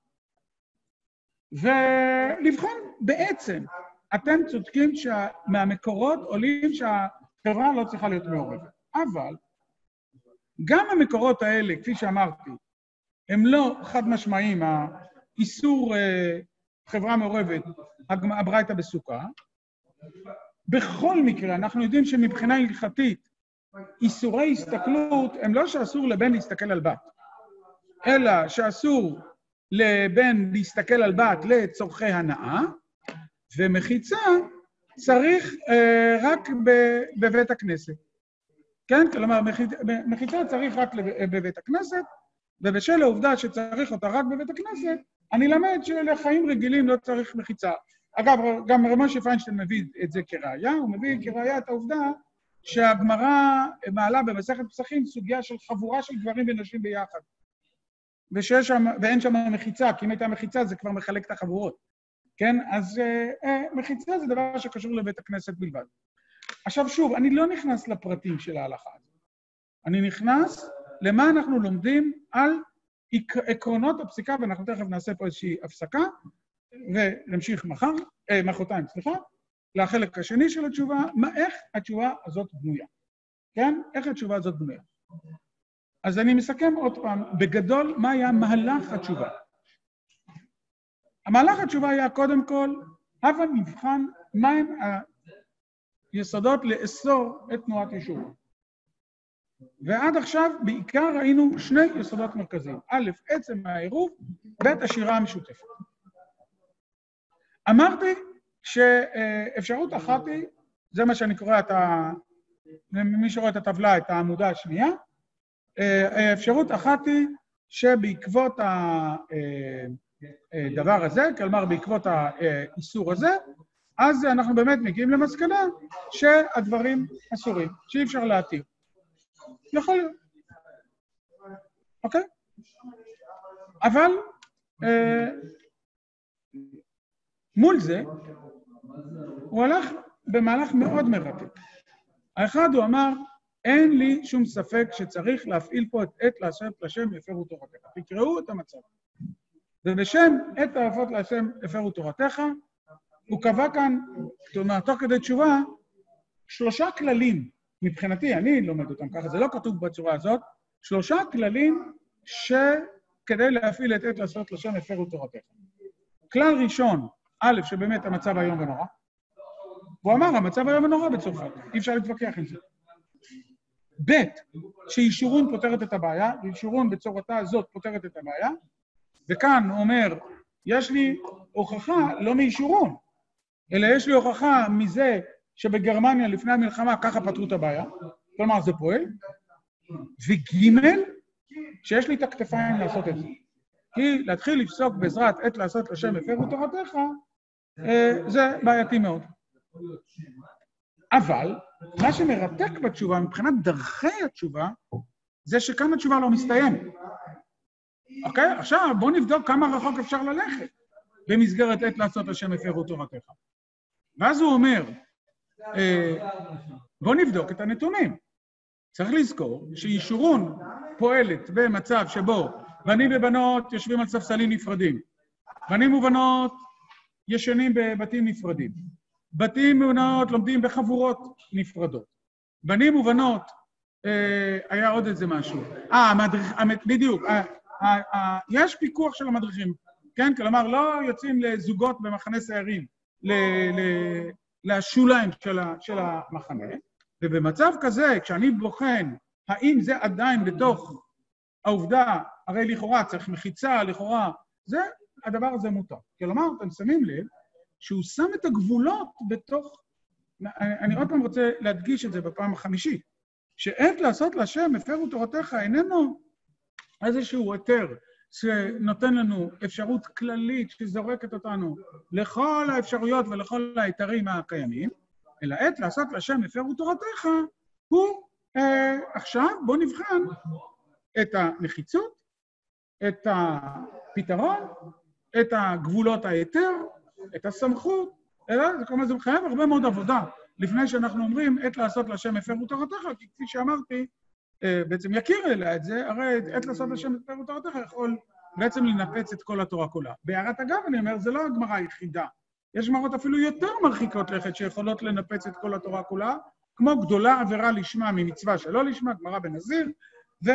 ולבחון בעצם, אתם צודקים שמהמקורות עולים שהחברה לא צריכה להיות מעורבת. אבל גם המקורות האלה, כפי שאמרתי, הם לא חד משמעיים, האיסור חברה מעורבת, הברייתא בסוכה. בכל מקרה, אנחנו יודעים שמבחינה הלכתית, איסורי הסתכלות הם לא שאסור לבן להסתכל על בת, אלא שאסור לבן להסתכל על בת לצורכי הנאה, ומחיצה צריך אה, רק בבית הכנסת. כן? כלומר, מחיצה צריך רק בבית הכנסת, ובשל העובדה שצריך אותה רק בבית הכנסת, אני למד שלחיים רגילים לא צריך מחיצה. אגב, גם משה פיינשטיין מביא את זה כראיה, הוא מביא כראיה את העובדה שהגמרא מעלה במסכת פסחים סוגיה של חבורה של גברים ונשים ביחד. ושיש שם, ואין שם מחיצה, כי אם הייתה מחיצה זה כבר מחלק את החבורות. כן? אז אה, מחיצה זה דבר שקשור לבית הכנסת בלבד. עכשיו שוב, אני לא נכנס לפרטים של ההלכה הזאת. אני נכנס למה אנחנו לומדים על עקרונות הפסיקה, ואנחנו תכף נעשה פה איזושהי הפסקה, ונמשיך מחר, אה, מחרתיים, סליחה, לחלק השני של התשובה, מה, איך התשובה הזאת בנויה. כן? איך התשובה הזאת בנויה. אז אני מסכם עוד פעם, בגדול, מה היה מהלך התשובה? המהלך התשובה היה קודם כל, הבה נבחן מהם היסודות לאסור את תנועת יישוב. ועד עכשיו בעיקר ראינו שני יסודות מרכזיים. א', עצם העירוב, ב', השירה המשותפת. אמרתי שאפשרות אחת היא, זה מה שאני קורא את ה... מי שרואה את הטבלה, את העמודה השנייה, אפשרות אחת היא שבעקבות הדבר הזה, כלומר בעקבות האיסור הזה, אז אנחנו באמת מגיעים למסקנה שהדברים אסורים, שאי אפשר להתיר. יכול להיות. אוקיי? אבל מול זה, הוא הלך במהלך מאוד מרתק. האחד הוא אמר, אין לי שום ספק שצריך להפעיל פה את עת לעשות לשם הפרו תורתך. תקראו את המצב. ובשם עת לעשות לשם הפרו תורתך, הוא קבע כאן, כלומר, תוך כדי תשובה, שלושה כללים, מבחינתי, אני לומד אותם ככה, זה לא כתוב בצורה הזאת, שלושה כללים שכדי להפעיל את עת לעשות לשם הפרו תורתך. כלל ראשון, א', שבאמת המצב היום ונורא, הוא אמר, המצב היום ונורא בצרפת, אי אפשר להתווכח עם זה. ב', שאישורון פותרת את הבעיה, ואישורון בצורתה הזאת פותרת את הבעיה, וכאן הוא אומר, יש לי הוכחה לא מאישורון, אלא יש לי הוכחה מזה שבגרמניה לפני המלחמה ככה פתרו את הבעיה, כלומר זה פועל, וג' שיש לי את הכתפיים לעשות את זה. כי להתחיל לפסוק בעזרת עת לעשות לשם הפרו תורתך, זה בעייתי מאוד. אבל מה שמרתק בתשובה, מבחינת דרכי התשובה, זה שכאן התשובה לא מסתיים. אוקיי? עכשיו בואו נבדוק כמה רחוק אפשר ללכת במסגרת עת לעשות לשם הפרו תורתך. ואז הוא אומר, בואו נבדוק את הנתונים. צריך לזכור שאישורון פועלת במצב שבו בנים ובנות יושבים על ספסלים נפרדים. בנים ובנות ישנים בבתים נפרדים. בתים ובנות לומדים בחבורות נפרדות. בנים ובנות, אה, היה עוד איזה משהו. אה, המדריך, בדיוק, אה, אה, אה, יש פיקוח של המדריכים, כן? כלומר, לא יוצאים לזוגות במחנה סיירים, ל, ל, לשוליים של, ה, של המחנה, ובמצב כזה, כשאני בוחן, האם זה עדיין בתוך העובדה, הרי לכאורה צריך מחיצה, לכאורה, זה, הדבר הזה מותר. כלומר, אתם שמים לב, שהוא שם את הגבולות בתוך, אני, אני עוד פעם רוצה להדגיש את זה בפעם החמישית, שעת לעשות להשם, הפרו תורתך, איננו איזשהו היתר שנותן לנו אפשרות כללית שזורקת אותנו לכל האפשרויות ולכל היתרים הקיימים, אלא עת לעשות להשם, הפרו תורתך, הוא אה, עכשיו בוא נבחן את הנחיצות, את הפתרון, את הגבולות היתר, את הסמכות, אלא זה כלומר זה מחייב הרבה מאוד עבודה, לפני שאנחנו אומרים, עת לעשות להשם הפרו תורתך, כי כפי שאמרתי, בעצם יכיר אליה את זה, הרי עת לעשות להשם הפרו תורתך יכול בעצם לנפץ את כל התורה כולה. בהערת אגב, אני אומר, זה לא הגמרא היחידה. יש גמרות אפילו יותר מרחיקות לכת שיכולות לנפץ את כל התורה כולה, כמו גדולה עבירה לשמה ממצווה שלא לשמה, גמרא בנזיר, ו...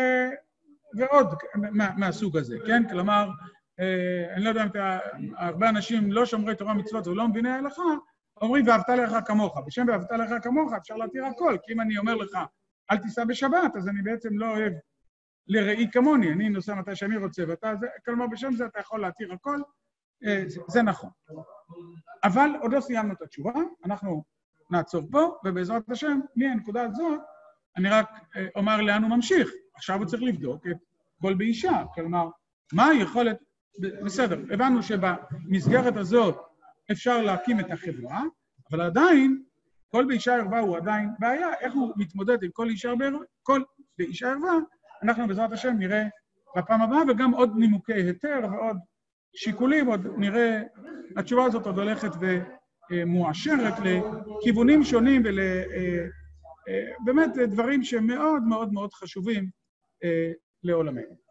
ועוד מה, מהסוג הזה, כן? כלומר, אני לא יודע אם אתה, הרבה אנשים לא שומרי תורה מצוות ולא מביני ההלכה, אומרים, ואהבת לך כמוך. בשם ואהבת לך כמוך אפשר להתיר הכל, כי אם אני אומר לך, אל תיסע בשבת, אז אני בעצם לא אוהב לראי כמוני, אני נוסע מתי שאני רוצה, ואתה, זה, כלומר, בשם זה אתה יכול להתיר הכל, זה, זה נכון. אבל עוד לא סיימנו את התשובה, אנחנו נעצור פה, ובעזרת השם, מהנקודה הזאת, אני רק אומר לאן הוא ממשיך. עכשיו הוא צריך לבדוק את כל באישה, כלומר, מה היכולת, בסדר, הבנו שבמסגרת הזאת אפשר להקים את החברה, אבל עדיין, כל באישה ערווה הוא עדיין בעיה, איך הוא מתמודד עם כל אישה ערווה, כל באישה ערווה, אנחנו בעזרת השם נראה בפעם הבאה, וגם עוד נימוקי היתר ועוד שיקולים, עוד נראה, התשובה הזאת עוד הולכת ומואשרת לכיוונים שונים ולבאמת דברים שמאוד מאוד מאוד חשובים לעולמנו.